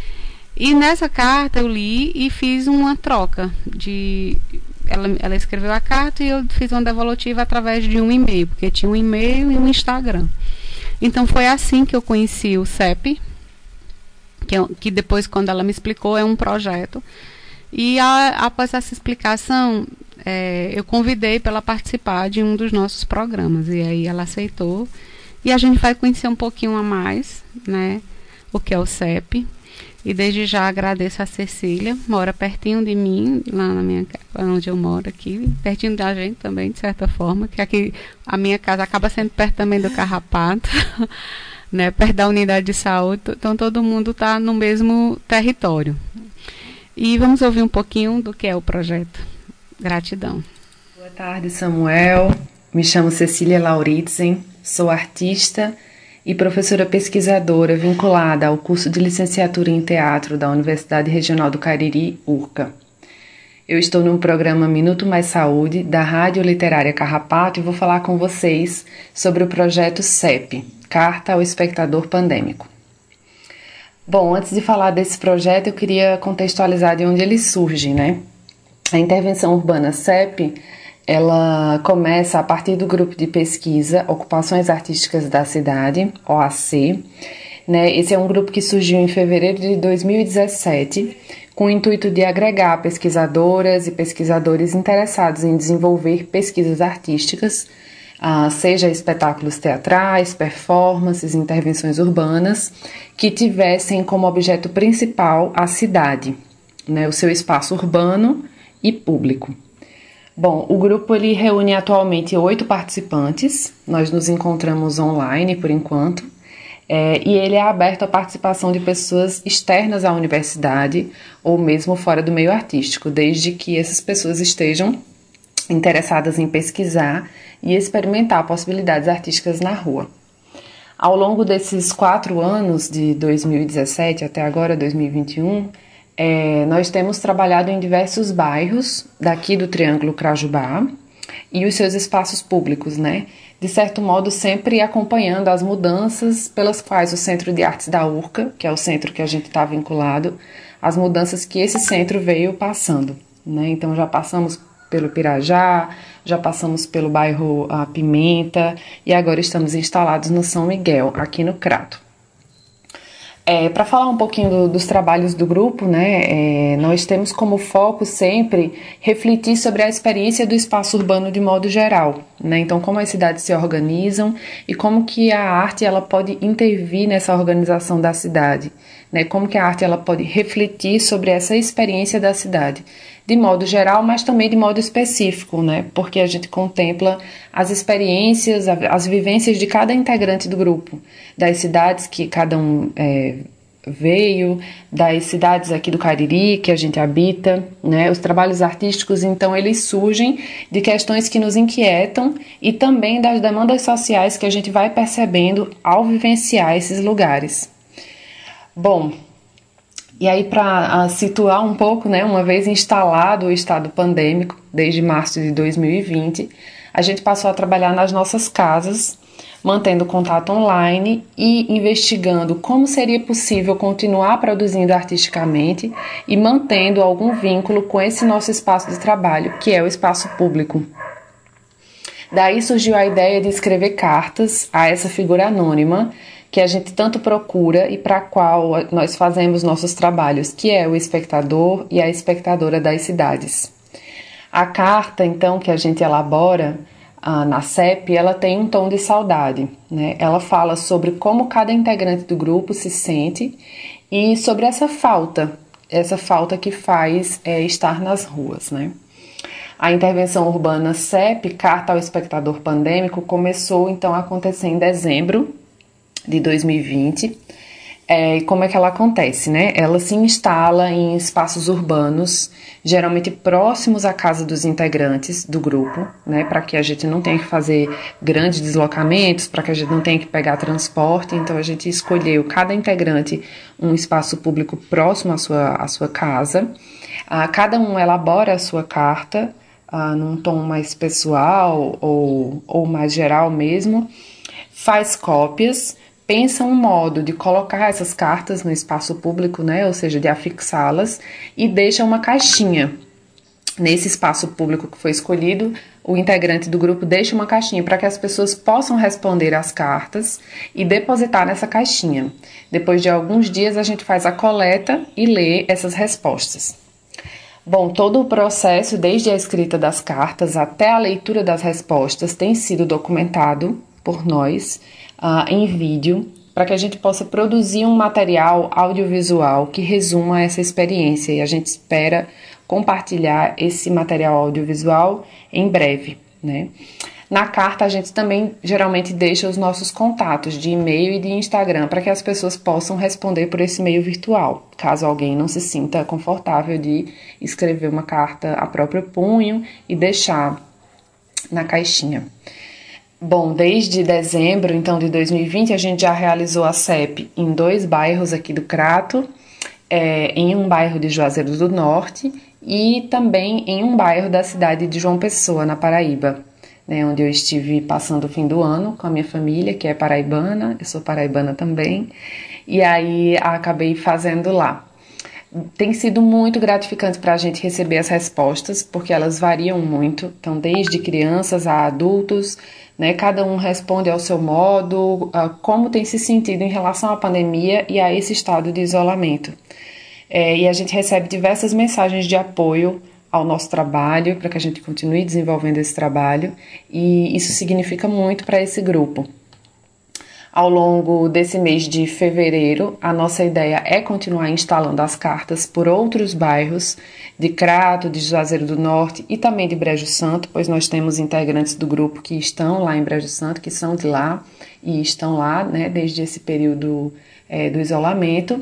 D: E nessa carta eu li e fiz uma troca de... Ela, ela escreveu a carta e eu fiz uma devolutiva através de um e-mail, porque tinha um e-mail e um Instagram. Então foi assim que eu conheci o C E P, que, eu, que depois, quando ela me explicou, é um projeto. E a, após essa explicação, é, eu convidei para ela participar de um dos nossos programas. E aí ela aceitou. E a gente vai conhecer um pouquinho a mais, né, o que é o C E P. E desde já agradeço a Cecília, mora pertinho de mim, lá na minha casa, onde eu moro aqui, pertinho da gente também, de certa forma, que aqui a minha casa acaba sendo perto também do Carrapato, né, perto da unidade de saúde, então todo mundo está no mesmo território. E vamos ouvir um pouquinho do que é o projeto. Gratidão.
L: Boa tarde, Samuel. Me chamo Cecília Lauritzen, sou artista e professora pesquisadora vinculada ao curso de licenciatura em teatro da Universidade Regional do Cariri, U R C A. Eu estou no programa Minuto Mais Saúde, da Rádio Literária Carrapato, e vou falar com vocês sobre o projeto C E P, Carta ao Espectador Pandêmico. Bom, antes de falar desse projeto, eu queria contextualizar de onde ele surge, né? A intervenção urbana C E P, ela começa a partir do grupo de pesquisa Ocupações Artísticas da Cidade, O A C, né? Esse é um grupo que surgiu em fevereiro de dois mil e dezessete, com o intuito de agregar pesquisadoras e pesquisadores interessados em desenvolver pesquisas artísticas, ah, seja espetáculos teatrais, performances, intervenções urbanas, que tivessem como objeto principal a cidade, né? O seu espaço urbano e público. Bom, o grupo ele reúne atualmente oito participantes, nós nos encontramos online por enquanto, é, e ele é aberto à participação de pessoas externas à universidade ou mesmo fora do meio artístico, desde que essas pessoas estejam interessadas em pesquisar e experimentar possibilidades artísticas na rua. Ao longo desses quatro anos, de dois mil e dezessete até agora, dois mil e vinte e um, É, nós temos trabalhado em diversos bairros daqui do Triângulo Crajubá e os seus espaços públicos, né? De certo modo, sempre acompanhando as mudanças pelas quais o Centro de Artes da U R C A, que é o centro que a gente está vinculado, as mudanças que esse centro veio passando, né? Então, já passamos pelo Pirajá, já passamos pelo bairro a Pimenta e agora estamos instalados no São Miguel, aqui no Crato. É, para falar um pouquinho do, dos trabalhos do grupo, né, é, nós temos como foco sempre refletir sobre a experiência do espaço urbano de modo geral, né? Então, como as cidades se organizam e como que a arte ela pode intervir nessa organização da cidade, né? Como que a arte ela pode refletir sobre essa experiência da cidade, de modo geral, mas também de modo específico, né? Porque a gente contempla as experiências, as vivências de cada integrante do grupo, das cidades que cada um é, veio, das cidades aqui do Cariri que a gente habita, né? Os trabalhos artísticos, então, eles surgem de questões que nos inquietam e também das demandas sociais que a gente vai percebendo ao vivenciar esses lugares. Bom, e aí, para situar um pouco, né, uma vez instalado o estado pandêmico, desde março de dois mil e vinte, a gente passou a trabalhar nas nossas casas, mantendo contato online e investigando como seria possível continuar produzindo artisticamente e mantendo algum vínculo com esse nosso espaço de trabalho, que é o espaço público. Daí surgiu a ideia de escrever cartas a essa figura anônima, que a gente tanto procura e para a qual nós fazemos nossos trabalhos, que é o espectador e a espectadora das cidades. A carta, então, que a gente elabora ah, na C E P, ela tem um tom de saudade, né? Ela fala sobre como cada integrante do grupo se sente e sobre essa falta, essa falta que faz é, estar nas ruas, né? A intervenção urbana C E P, Carta ao Espectador Pandêmico, começou então a acontecer em dezembro de dois mil e vinte. É, como é que ela acontece, né? Ela se instala em espaços urbanos, geralmente próximos à casa dos integrantes do grupo, né? Para que a gente não tenha que fazer grandes deslocamentos, para que a gente não tenha que pegar transporte. Então, a gente escolheu, cada integrante, um espaço público próximo à sua, à sua casa. Ah, cada um elabora a sua carta, ah, num tom mais pessoal ou, ou mais geral mesmo, faz cópias, pensa um modo de colocar essas cartas no espaço público, né, ou seja, de afixá-las, e deixa uma caixinha. Nesse espaço público que foi escolhido, o integrante do grupo deixa uma caixinha para que as pessoas possam responder às cartas e depositar nessa caixinha. Depois de alguns dias, a gente faz a coleta e lê essas respostas. Bom, todo o processo, desde a escrita das cartas até a leitura das respostas, tem sido documentado por nós uh, em vídeo, para que a gente possa produzir um material audiovisual que resuma essa experiência, e a gente espera compartilhar esse material audiovisual em breve, né? Na carta a gente também geralmente deixa os nossos contatos de e-mail e de Instagram para que as pessoas possam responder por esse meio virtual, caso alguém não se sinta confortável de escrever uma carta a próprio punho e deixar na caixinha. Bom, desde dezembro então de dois mil e vinte a gente já realizou a C E P em dois bairros aqui do Crato, é, em um bairro de Juazeiro do Norte e também em um bairro da cidade de João Pessoa, na Paraíba, né, onde eu estive passando o fim do ano com a minha família, que é paraibana, eu sou paraibana também, e aí acabei fazendo lá. Tem sido muito gratificante para a gente receber as respostas, porque elas variam muito, então desde crianças a adultos, né, cada um responde ao seu modo, como tem se sentido em relação à pandemia e a esse estado de isolamento. É, e a gente recebe diversas mensagens de apoio ao nosso trabalho, para que a gente continue desenvolvendo esse trabalho, e isso significa muito para esse grupo. Ao longo desse mês de fevereiro, a nossa ideia é continuar instalando as cartas por outros bairros de Crato, de Juazeiro do Norte e também de Brejo Santo, pois nós temos integrantes do grupo que estão lá em Brejo Santo, que são de lá e estão lá, né, desde esse período é, do isolamento.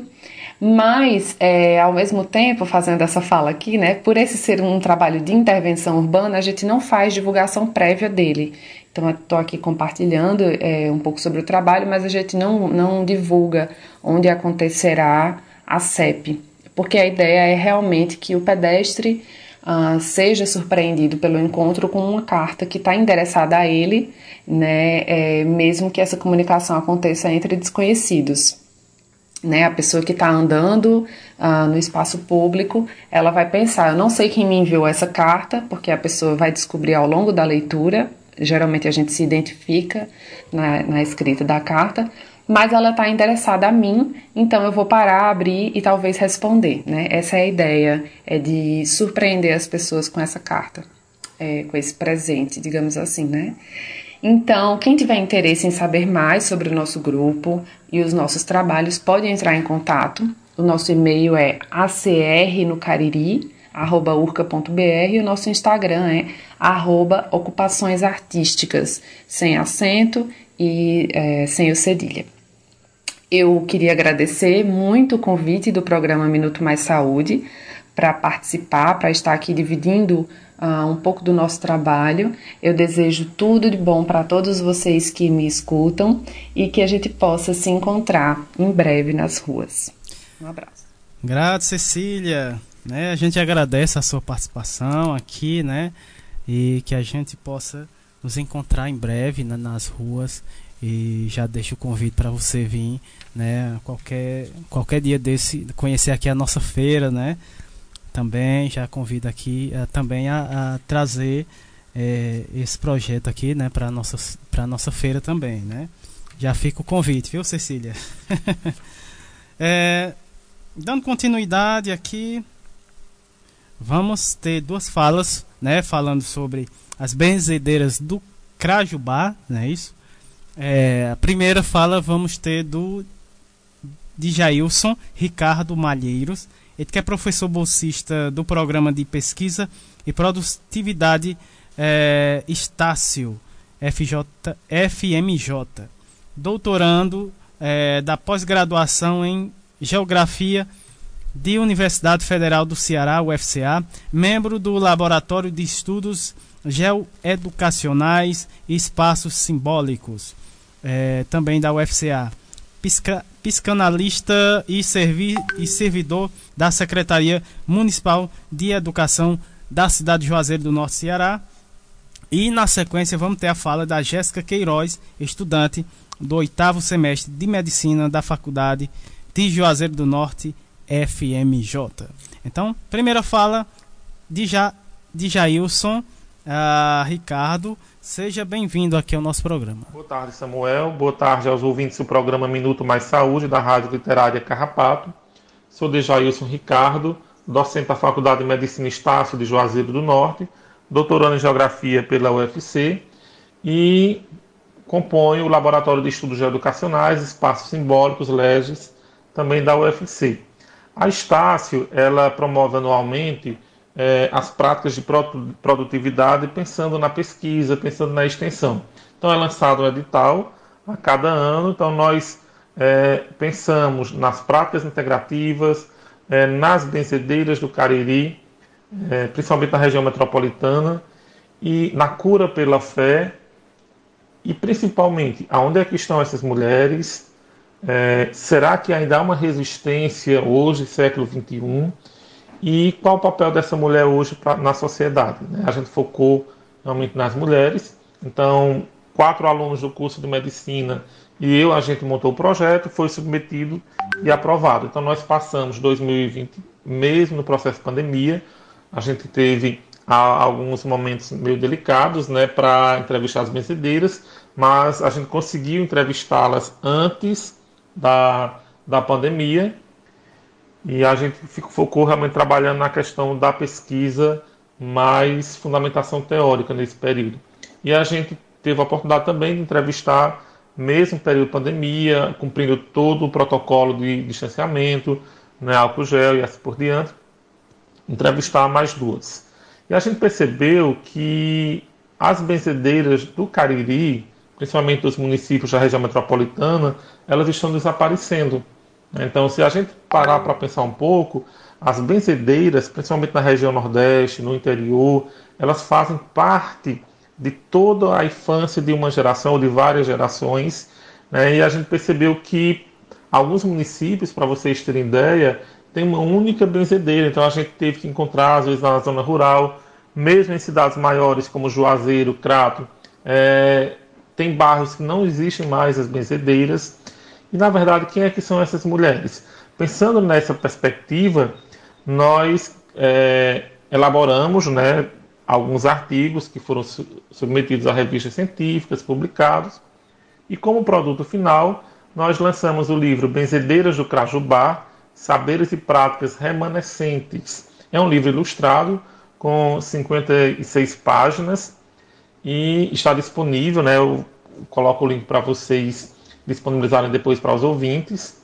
L: Mas, é, ao mesmo tempo, fazendo essa fala aqui, né, por esse ser um trabalho de intervenção urbana, a gente não faz divulgação prévia dele. Então, eu estou aqui compartilhando é, um pouco sobre o trabalho, mas a gente não, não divulga onde acontecerá a C E P, porque a ideia é realmente que o pedestre uh, seja surpreendido pelo encontro com uma carta que está endereçada a ele, né, é, mesmo que essa comunicação aconteça entre desconhecidos. Né, a pessoa que está andando uh, no espaço público, ela vai pensar, eu não sei quem me enviou essa carta, porque a pessoa vai descobrir ao longo da leitura, geralmente a gente se identifica na, na escrita da carta, mas ela está endereçada a mim, então eu vou parar, abrir e talvez responder, né? Essa é a ideia, é de surpreender as pessoas com essa carta, é, com esse presente, digamos assim, né? Então, quem tiver interesse em saber mais sobre o nosso grupo e os nossos trabalhos, pode entrar em contato. O nosso e-mail é a c r no cariri arroba urca ponto b r e o nosso Instagram é arroba ocupações artísticas, sem acento e é, sem o cedilha. Eu queria agradecer muito o convite do programa Minuto Mais Saúde para participar, para estar aqui dividindo Uh, um pouco do nosso trabalho. Eu desejo tudo de bom para todos vocês que me escutam e que a gente possa se encontrar em breve nas ruas. Um abraço.
C: Grato, Cecília. Né, a gente agradece a sua participação aqui, né, e que a gente possa nos encontrar em breve, né, nas ruas, e já deixo o convite para você vir, né, qualquer, qualquer dia desse, conhecer aqui a nossa feira, né. Também já convido aqui uh, também a, a trazer é, esse projeto aqui, né, para nossa para nossa feira também, né? Já fica o convite, viu, Cecília? é, dando continuidade aqui, vamos ter duas falas, né, falando sobre as benzedeiras do Crajubá, não é isso? É, a primeira fala vamos ter do de Jailson Ricardo Malheiros. Ele que é professor bolsista do Programa de Pesquisa e Produtividade é, Estácio F J, F M J, doutorando é, da pós-graduação em Geografia de Universidade Federal do Ceará, U F C A, membro do Laboratório de Estudos Geoeducacionais e Espaços Simbólicos, é, também da U F C A. Pisca, psicanalista e, servi, e servidor da Secretaria Municipal de Educação da cidade de Juazeiro do Norte, Ceará. E na sequência vamos ter a fala da Jéssica Queiroz, estudante do oitavo semestre de Medicina da Faculdade de Juazeiro do Norte, F M J. Então, primeira fala de, ja, de Jailson uh, Ricardo. Seja bem-vindo aqui ao nosso programa.
M: Boa tarde, Samuel. Boa tarde aos ouvintes do programa Minuto Mais Saúde, da Rádio Literária Carrapato. Sou de Jailson Ricardo, docente da Faculdade de Medicina Estácio de Juazeiro do Norte, doutorando em Geografia pela U F C e componho o Laboratório de Estudos Educacionais, Espaços Simbólicos, LEGES, também da U F C. A Estácio, ela promove anualmente eh, as práticas de produtividade pensando na pesquisa, pensando na extensão. Então é lançado um edital a cada ano, então nós eh, pensamos nas práticas integrativas, eh, nas benzedeiras do Cariri, eh, principalmente na região metropolitana, e na cura pela fé, e principalmente, aonde é que estão essas mulheres? É, será que ainda há uma resistência hoje, século vinte e um? E qual o papel dessa mulher hoje pra, na sociedade? Né? A gente focou realmente nas mulheres. Então, quatro alunos do curso de Medicina e eu, a gente montou o projeto, foi submetido e aprovado. Então, nós passamos dois mil e vinte, mesmo no processo de pandemia, a gente teve há alguns momentos meio delicados, né, para entrevistar as benzedeiras, mas a gente conseguiu entrevistá-las antes da, da pandemia e a gente focou realmente trabalhando na questão da pesquisa mais fundamentação teórica nesse período. E a gente teve a oportunidade também de entrevistar, mesmo no período de pandemia, cumprindo todo o protocolo de distanciamento, né, álcool gel e assim por diante, entrevistar mais duas. E a gente percebeu que as benzedeiras do Cariri, principalmente dos municípios da região metropolitana, elas estão desaparecendo. Então, se a gente parar para pensar um pouco, as benzedeiras, principalmente na região Nordeste, no interior, elas fazem parte de toda a infância de uma geração ou de várias gerações, né? E a gente percebeu que alguns municípios, para vocês terem ideia, tem uma única benzedeira, então a gente teve que encontrar, às vezes, na zona rural, mesmo em cidades maiores como Juazeiro, Crato, é, tem bairros que não existem mais as benzedeiras. E, na verdade, quem é que são essas mulheres? Pensando nessa perspectiva, nós é, elaboramos, né, alguns artigos que foram submetidos a revistas científicas, publicados, e como produto final, nós lançamos o livro Benzedeiras do Crajubá, Saberes e Práticas Remanescentes. É um livro ilustrado com cinquenta e seis páginas e está disponível, né? Eu coloco o link para vocês disponibilizarem depois para os ouvintes,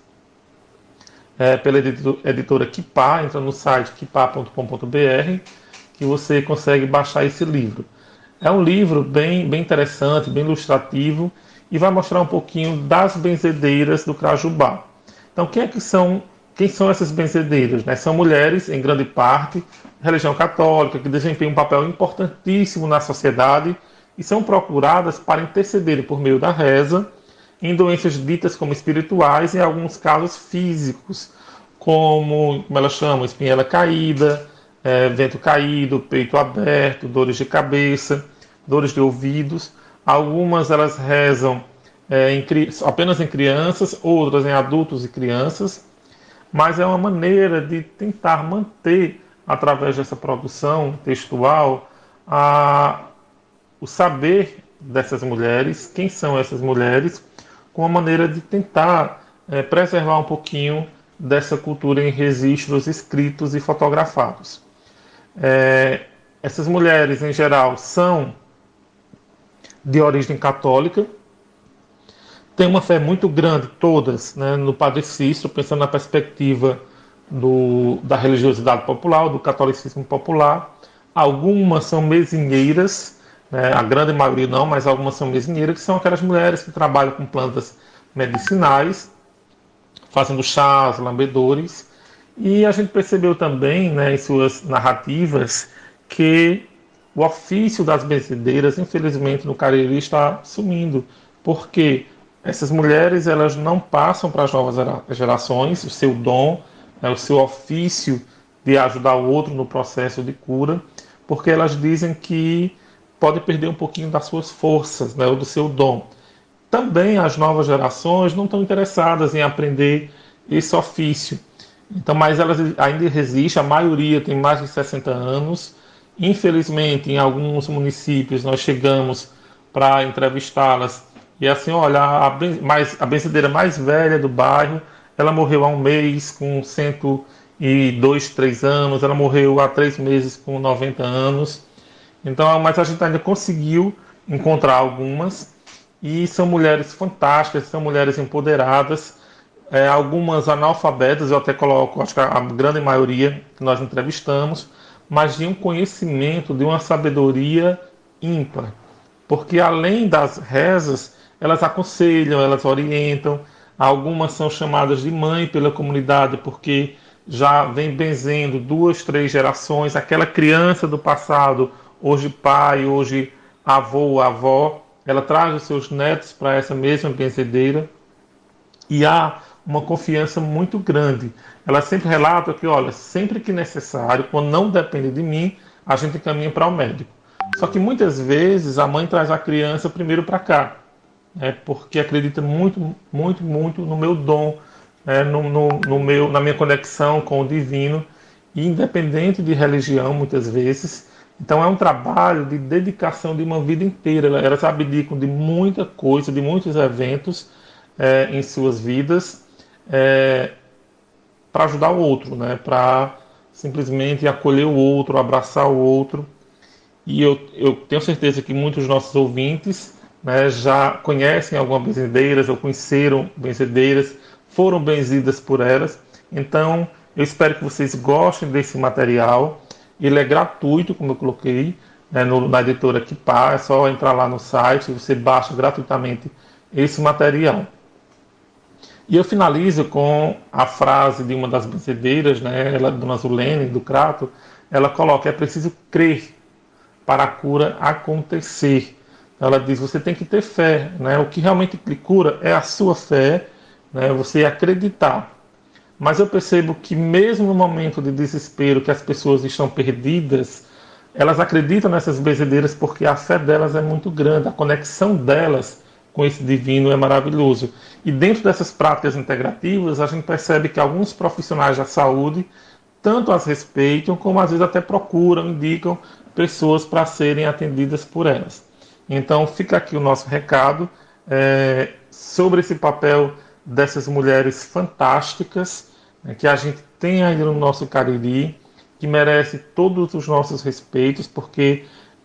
M: é, pela editora Kipá. Entra no site kipá ponto com ponto br que você consegue baixar esse livro. É um livro bem, bem interessante, bem ilustrativo e vai mostrar um pouquinho das benzedeiras do Crajubá. Então, quem é que são Quem são essas benzedeiras? Né? São mulheres, em grande parte, religião católica, que desempenham um papel importantíssimo na sociedade e são procuradas para intercederem por meio da reza em doenças ditas como espirituais e, em alguns casos, físicos, como, como elas chamam, espinhela caída, é, vento caído, peito aberto, dores de cabeça, dores de ouvidos. Algumas elas rezam é, em, apenas em crianças, outras em adultos e crianças, mas é uma maneira de tentar manter, através dessa produção textual, a, o saber dessas mulheres, quem são essas mulheres, com a maneira de tentar é, preservar um pouquinho dessa cultura em registros escritos e fotografados. É, essas mulheres, em geral, são de origem católica, tem uma fé muito grande, todas, né, no Padre Cícero, pensando na perspectiva do, da religiosidade popular, do catolicismo popular. Algumas são mesinheiras, né, a grande maioria não, mas algumas são mesinheiras, que são aquelas mulheres que trabalham com plantas medicinais, fazendo chás, lambedores. E a gente percebeu também, né, em suas narrativas, que o ofício das benzedeiras, infelizmente, no Cariri está sumindo, porque essas mulheres, elas não passam para as novas gerações o seu dom, né, o seu ofício de ajudar o outro no processo de cura, porque elas dizem que pode perder um pouquinho das suas forças, né, ou do seu dom. também as novas gerações não estão interessadas em aprender esse ofício. Então, mas elas ainda resistem, a maioria tem mais de sessenta anos. Infelizmente, em alguns municípios, nós chegamos para entrevistá-las e assim, olha, a, mais, a benzedeira mais velha do bairro, ela morreu há um mês com cento e dois, três anos, ela morreu há três meses com noventa anos. Então, mas a gente ainda conseguiu encontrar algumas, e são mulheres fantásticas, são mulheres empoderadas, é, algumas analfabetas, eu até coloco, acho que a grande maioria que nós entrevistamos, mas de um conhecimento, de uma sabedoria ímpar. Porque além das rezas, elas aconselham, elas orientam, algumas são chamadas de mãe pela comunidade, porque já vem benzendo duas, três gerações, aquela criança do passado, hoje pai, hoje avô, avó, ela traz os seus netos para essa mesma benzedeira, e há uma confiança muito grande. Ela sempre relata que, olha, sempre que necessário, quando não depende de mim, a gente caminha para o médico. Só que muitas vezes a mãe traz a criança primeiro para cá, né, porque acredita muito, muito, muito no meu dom, né, no, no, no meu, na minha conexão com o divino, e independente de religião, muitas vezes. Então é um trabalho de dedicação de uma vida inteira. Elas abdicam de muita coisa, de muitos eventos é, em suas vidas, é, para ajudar o outro, né? Para simplesmente acolher o outro, abraçar o outro. E eu, eu tenho certeza que muitos dos nossos ouvintes, né, já conhecem algumas benzedeiras ou conheceram benzedeiras, foram benzidas por elas. Então eu espero que vocês gostem desse material. Ele é gratuito, como eu coloquei, né, no, na editora Kipá. É só entrar lá no site e você baixa gratuitamente esse material. E eu finalizo com a frase de uma das benzedeiras, né, ela, Dona Zulene, do Crato. Ela coloca: é preciso crer para a cura acontecer. Ela diz: você tem que ter fé, né? O que realmente lhe cura é a sua fé, né? Você acreditar. Mas eu percebo que mesmo no momento de desespero, que as pessoas estão perdidas, elas acreditam nessas benzedeiras porque a fé delas é muito grande, a conexão delas com esse divino é maravilhoso. E dentro dessas práticas integrativas, a gente percebe que alguns profissionais da saúde tanto as respeitam, como às vezes até procuram, indicam pessoas para serem atendidas por elas. Então fica aqui o nosso recado é, sobre esse papel dessas mulheres fantásticas, né, que a gente tem ainda no nosso Cariri, que merece todos os nossos respeitos, porque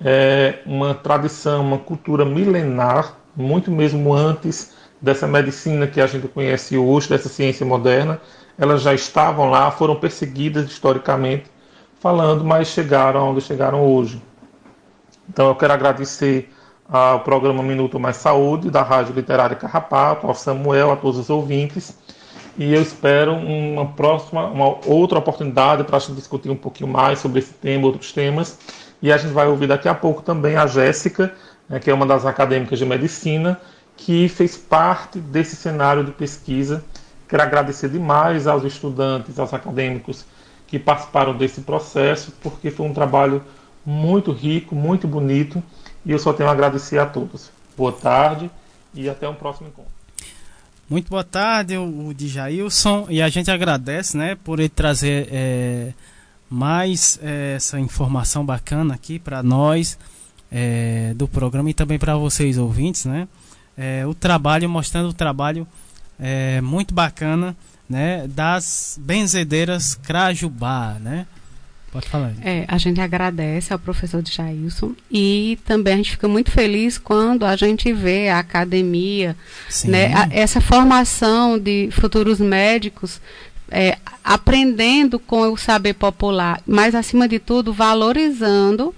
M: é uma tradição, uma cultura milenar, muito mesmo antes dessa medicina que a gente conhece hoje, dessa ciência moderna. Elas já estavam lá, foram perseguidas historicamente, falando, mas chegaram onde chegaram hoje. Então eu quero agradecer ao programa Minuto Mais Saúde, da Rádio Literária Carrapato, ao Samuel, a todos os ouvintes, e eu espero uma próxima, uma outra oportunidade para a gente discutir um pouquinho mais sobre esse tema, outros temas, e a gente vai ouvir daqui a pouco também a Jéssica, né, que é uma das acadêmicas de medicina, que fez parte desse cenário de pesquisa. Quero agradecer demais aos estudantes, aos acadêmicos que participaram desse processo, porque foi um trabalho muito rico, muito bonito, e eu só tenho a agradecer a todos. Boa tarde e até um próximo encontro.
C: Muito boa tarde, o Djailson, e a gente agradece, né, por ele trazer é, mais é, essa informação bacana aqui para nós é, do programa e também para vocês ouvintes, né, é, o trabalho, mostrando o trabalho é, muito bacana, né, das benzedeiras Crajubá, né? Pode falar.
D: É, a gente agradece ao professor Djailson e também a gente fica muito feliz quando a gente vê a academia, né, a, essa formação de futuros médicos é, aprendendo com o saber popular, mas acima de tudo valorizando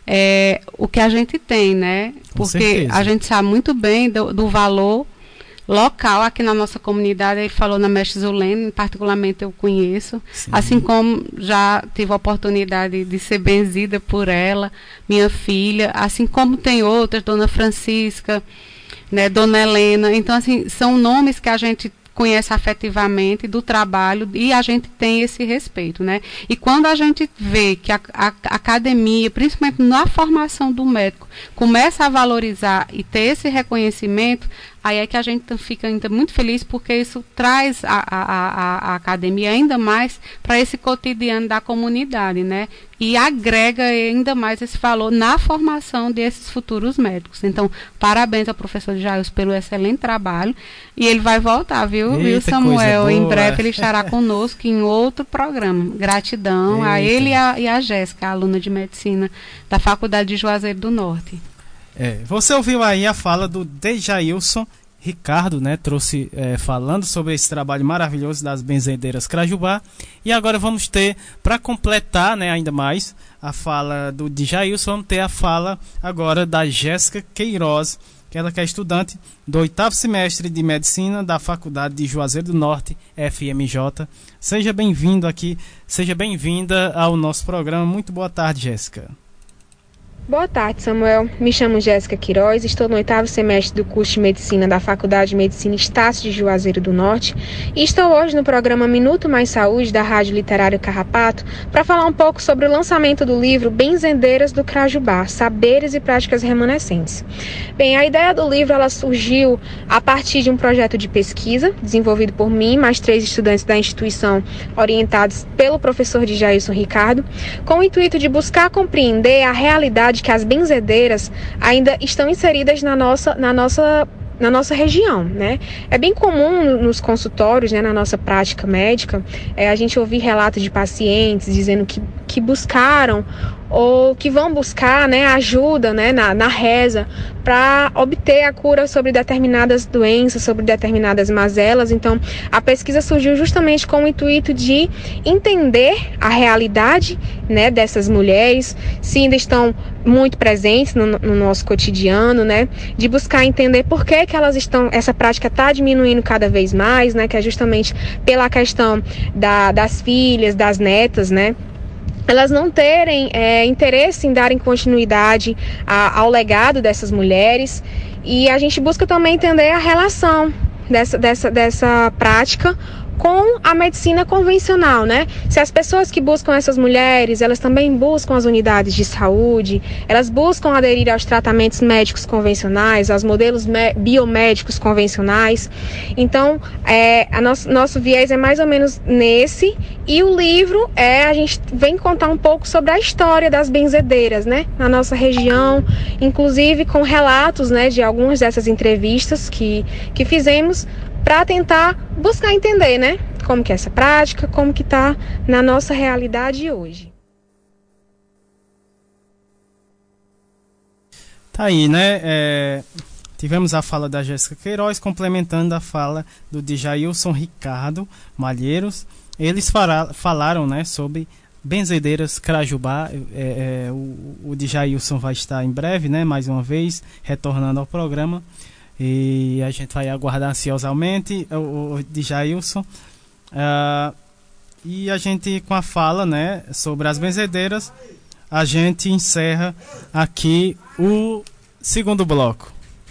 D: é, o que a gente tem, né?
C: Com
D: Porque
C: certeza.
D: A gente sabe muito bem do, do valor local aqui na nossa comunidade. Ele falou na Mestre Zulene, particularmente eu conheço, sim, assim como já tive a oportunidade de ser benzida por ela, minha filha, assim como tem outras, Dona Francisca, né, Dona Helena. Então, assim, são nomes que a gente conhece afetivamente do trabalho e a gente tem esse respeito, né? E quando a gente vê que a, a, a academia, principalmente na formação do médico, começa a valorizar e ter esse reconhecimento, Aí é que a gente fica ainda muito feliz, porque isso traz a, a, a, a academia ainda mais para esse cotidiano da comunidade, né? E agrega ainda mais esse valor na formação desses futuros médicos. Então, parabéns ao professor Jailson pelo excelente trabalho. E ele vai voltar, viu,
C: Eita,
D: viu Samuel? Em
C: boa.
D: breve ele estará conosco em outro programa. Gratidão Eita. a ele e a, e a Jéssica, aluna de medicina da Faculdade de Juazeiro do Norte.
C: É, você ouviu aí a fala do Dejailson Ricardo, né? Trouxe é, falando sobre esse trabalho maravilhoso das benzedeiras Crajubá. E agora vamos ter, para completar, né, ainda mais a fala do Dejailson, vamos ter a fala agora da Jéssica Queiroz, que ela que é estudante do oitavo semestre de Medicina da Faculdade de Juazeiro do Norte, F M J. Seja bem-vindo aqui, seja bem-vinda ao nosso programa. Muito boa tarde, Jéssica.
N: Boa tarde, Samuel. Me chamo Jéssica Queiroz, estou no oitavo semestre do curso de Medicina da Faculdade de Medicina Estácio de Juazeiro do Norte e estou hoje no programa Minuto Mais Saúde da Rádio Literária Carrapato para falar um pouco sobre o lançamento do livro Benzedeiras do Crajubá, Saberes e Práticas Remanescentes. Bem, a ideia do livro ela surgiu a partir de um projeto de pesquisa desenvolvido por mim e mais três estudantes da instituição orientados pelo professor Dejailson Ricardo, com o intuito de buscar compreender a realidade que as benzedeiras ainda estão inseridas na nossa, na nossa, na nossa região, né? É bem comum nos consultórios, né, na nossa prática médica, é, a gente ouvir relatos de pacientes dizendo que, que buscaram ou que vão buscar, né, ajuda, né, na, na reza para obter a cura sobre determinadas doenças, sobre determinadas mazelas. Então, a pesquisa surgiu justamente com o intuito de entender a realidade, né, dessas mulheres, se ainda estão muito presentes no, no nosso cotidiano, né, de buscar entender por que que elas estão, essa prática está diminuindo cada vez mais, né, que é justamente pela questão da, das filhas, das netas, né, elas não terem é, interesse em darem continuidade a, ao legado dessas mulheres. E a gente busca também entender a relação dessa, dessa, dessa prática com a medicina convencional, né? Se as pessoas que buscam essas mulheres, elas também buscam as unidades de saúde, elas buscam aderir aos tratamentos médicos convencionais, aos modelos biomédicos convencionais. Então, é, a nosso, nosso viés é mais ou menos nesse, e o livro é, a gente vem contar um pouco sobre a história das benzedeiras, né? Na nossa região, inclusive com relatos, né, de algumas dessas entrevistas que, que fizemos, para tentar buscar entender, né, como que é essa prática, como que está na nossa realidade hoje.
C: Tá aí, né? É, tivemos a fala da Jéssica Queiroz, complementando a fala do Dejailson Ricardo Malheiros. Eles fala, falaram, né, sobre benzedeiras Crajubá. É, é, o, o Dejailson vai estar em breve, né, mais uma vez, retornando ao programa. E a gente vai aguardar ansiosamente o, o Dejailson. Uh, e a gente, com a fala, né, sobre as benzedeiras, a gente encerra aqui o segundo bloco.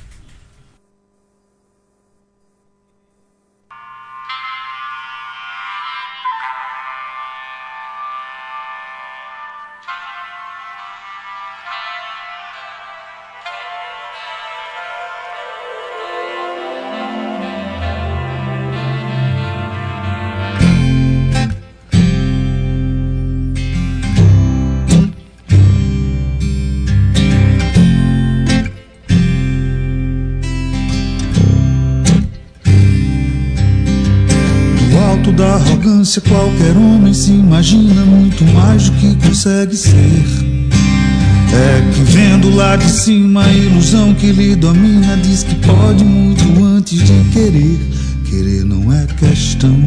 E: Da arrogância, qualquer homem se imagina muito mais do que consegue ser. É que vendo lá de cima a ilusão que lhe domina, diz que pode muito antes de querer. Querer não é questão,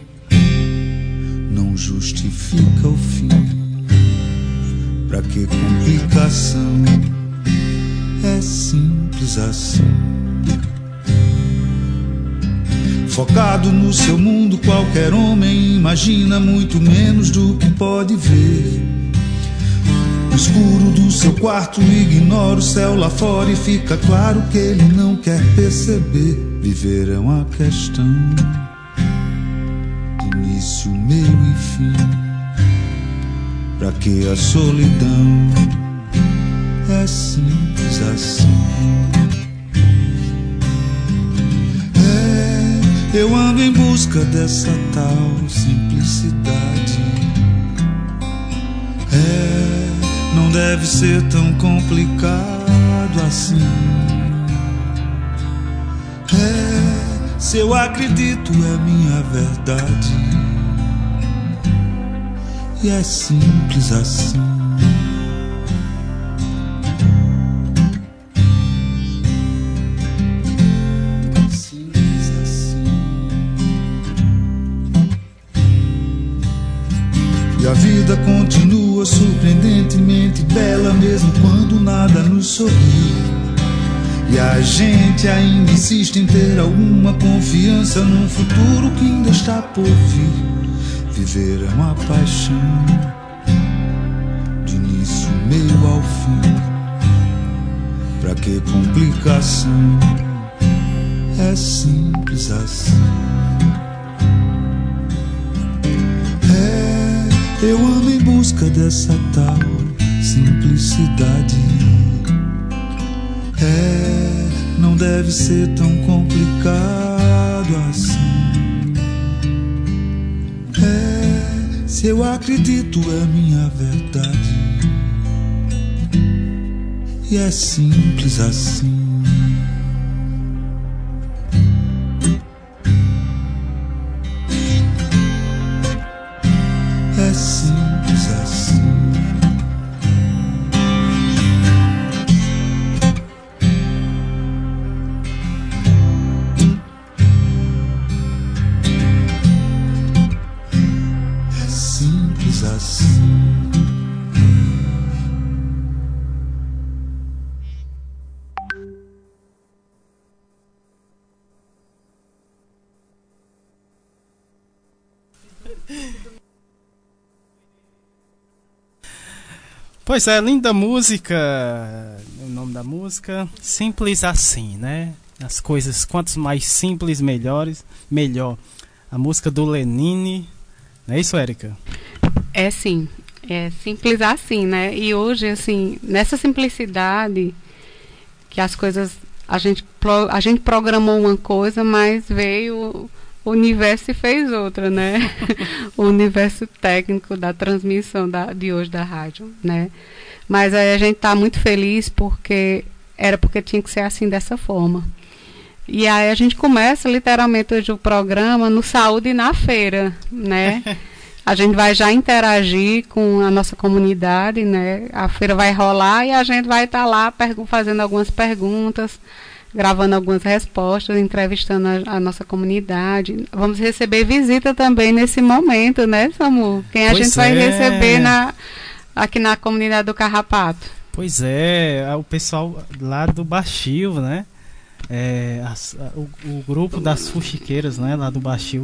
E: não justifica o fim. Pra que complicação? É simples assim. Focado no seu mundo, qualquer homem imagina muito menos do que pode ver. No escuro do seu quarto ignora o céu lá fora e fica claro que ele não quer perceber. Viver é uma questão de início, meio e fim. Pra que a solidão? É simples assim. Eu ando em busca dessa tal simplicidade. É, não deve ser tão complicado assim. É, se eu acredito é minha verdade. E é simples assim. E a vida continua surpreendentemente bela, mesmo quando nada nos sorri. E a gente ainda insiste em ter alguma confiança num futuro que ainda está por vir. Viver é uma paixão, de início, meio ao fim. Pra que complicação? É simples assim. Eu ando em busca dessa tal simplicidade. É, não deve ser tão complicado assim. É, se eu acredito é minha verdade. E é simples assim. É simples assim. É simples assim.
C: Pois é, linda música. O nome da música, Simples Assim, né? As coisas, quantos mais simples, melhores, melhor. A música do Lenine, não é isso, Érica?
D: É sim, é simples assim, né? E hoje, assim, nessa simplicidade, que as coisas, a gente, a gente programou uma coisa, mas veio o universo e fez outra, né? O universo técnico da transmissão da, de hoje da rádio, né? Mas aí a gente está muito feliz porque era porque tinha que ser assim, dessa forma. E aí a gente começa literalmente hoje o programa no Saúde na Feira, né? A gente vai já interagir com a nossa comunidade, né? A feira vai rolar e a gente vai estar tá lá fazendo algumas perguntas, gravando algumas respostas, entrevistando a, a nossa comunidade. Vamos receber visita também nesse momento, né, Samu? Quem a pois gente é. vai receber na, aqui na comunidade do Carrapato?
C: Pois é, o pessoal lá do Baixio, né? É, as, a, o, o grupo das fuxiqueiras, né, lá do Baixio.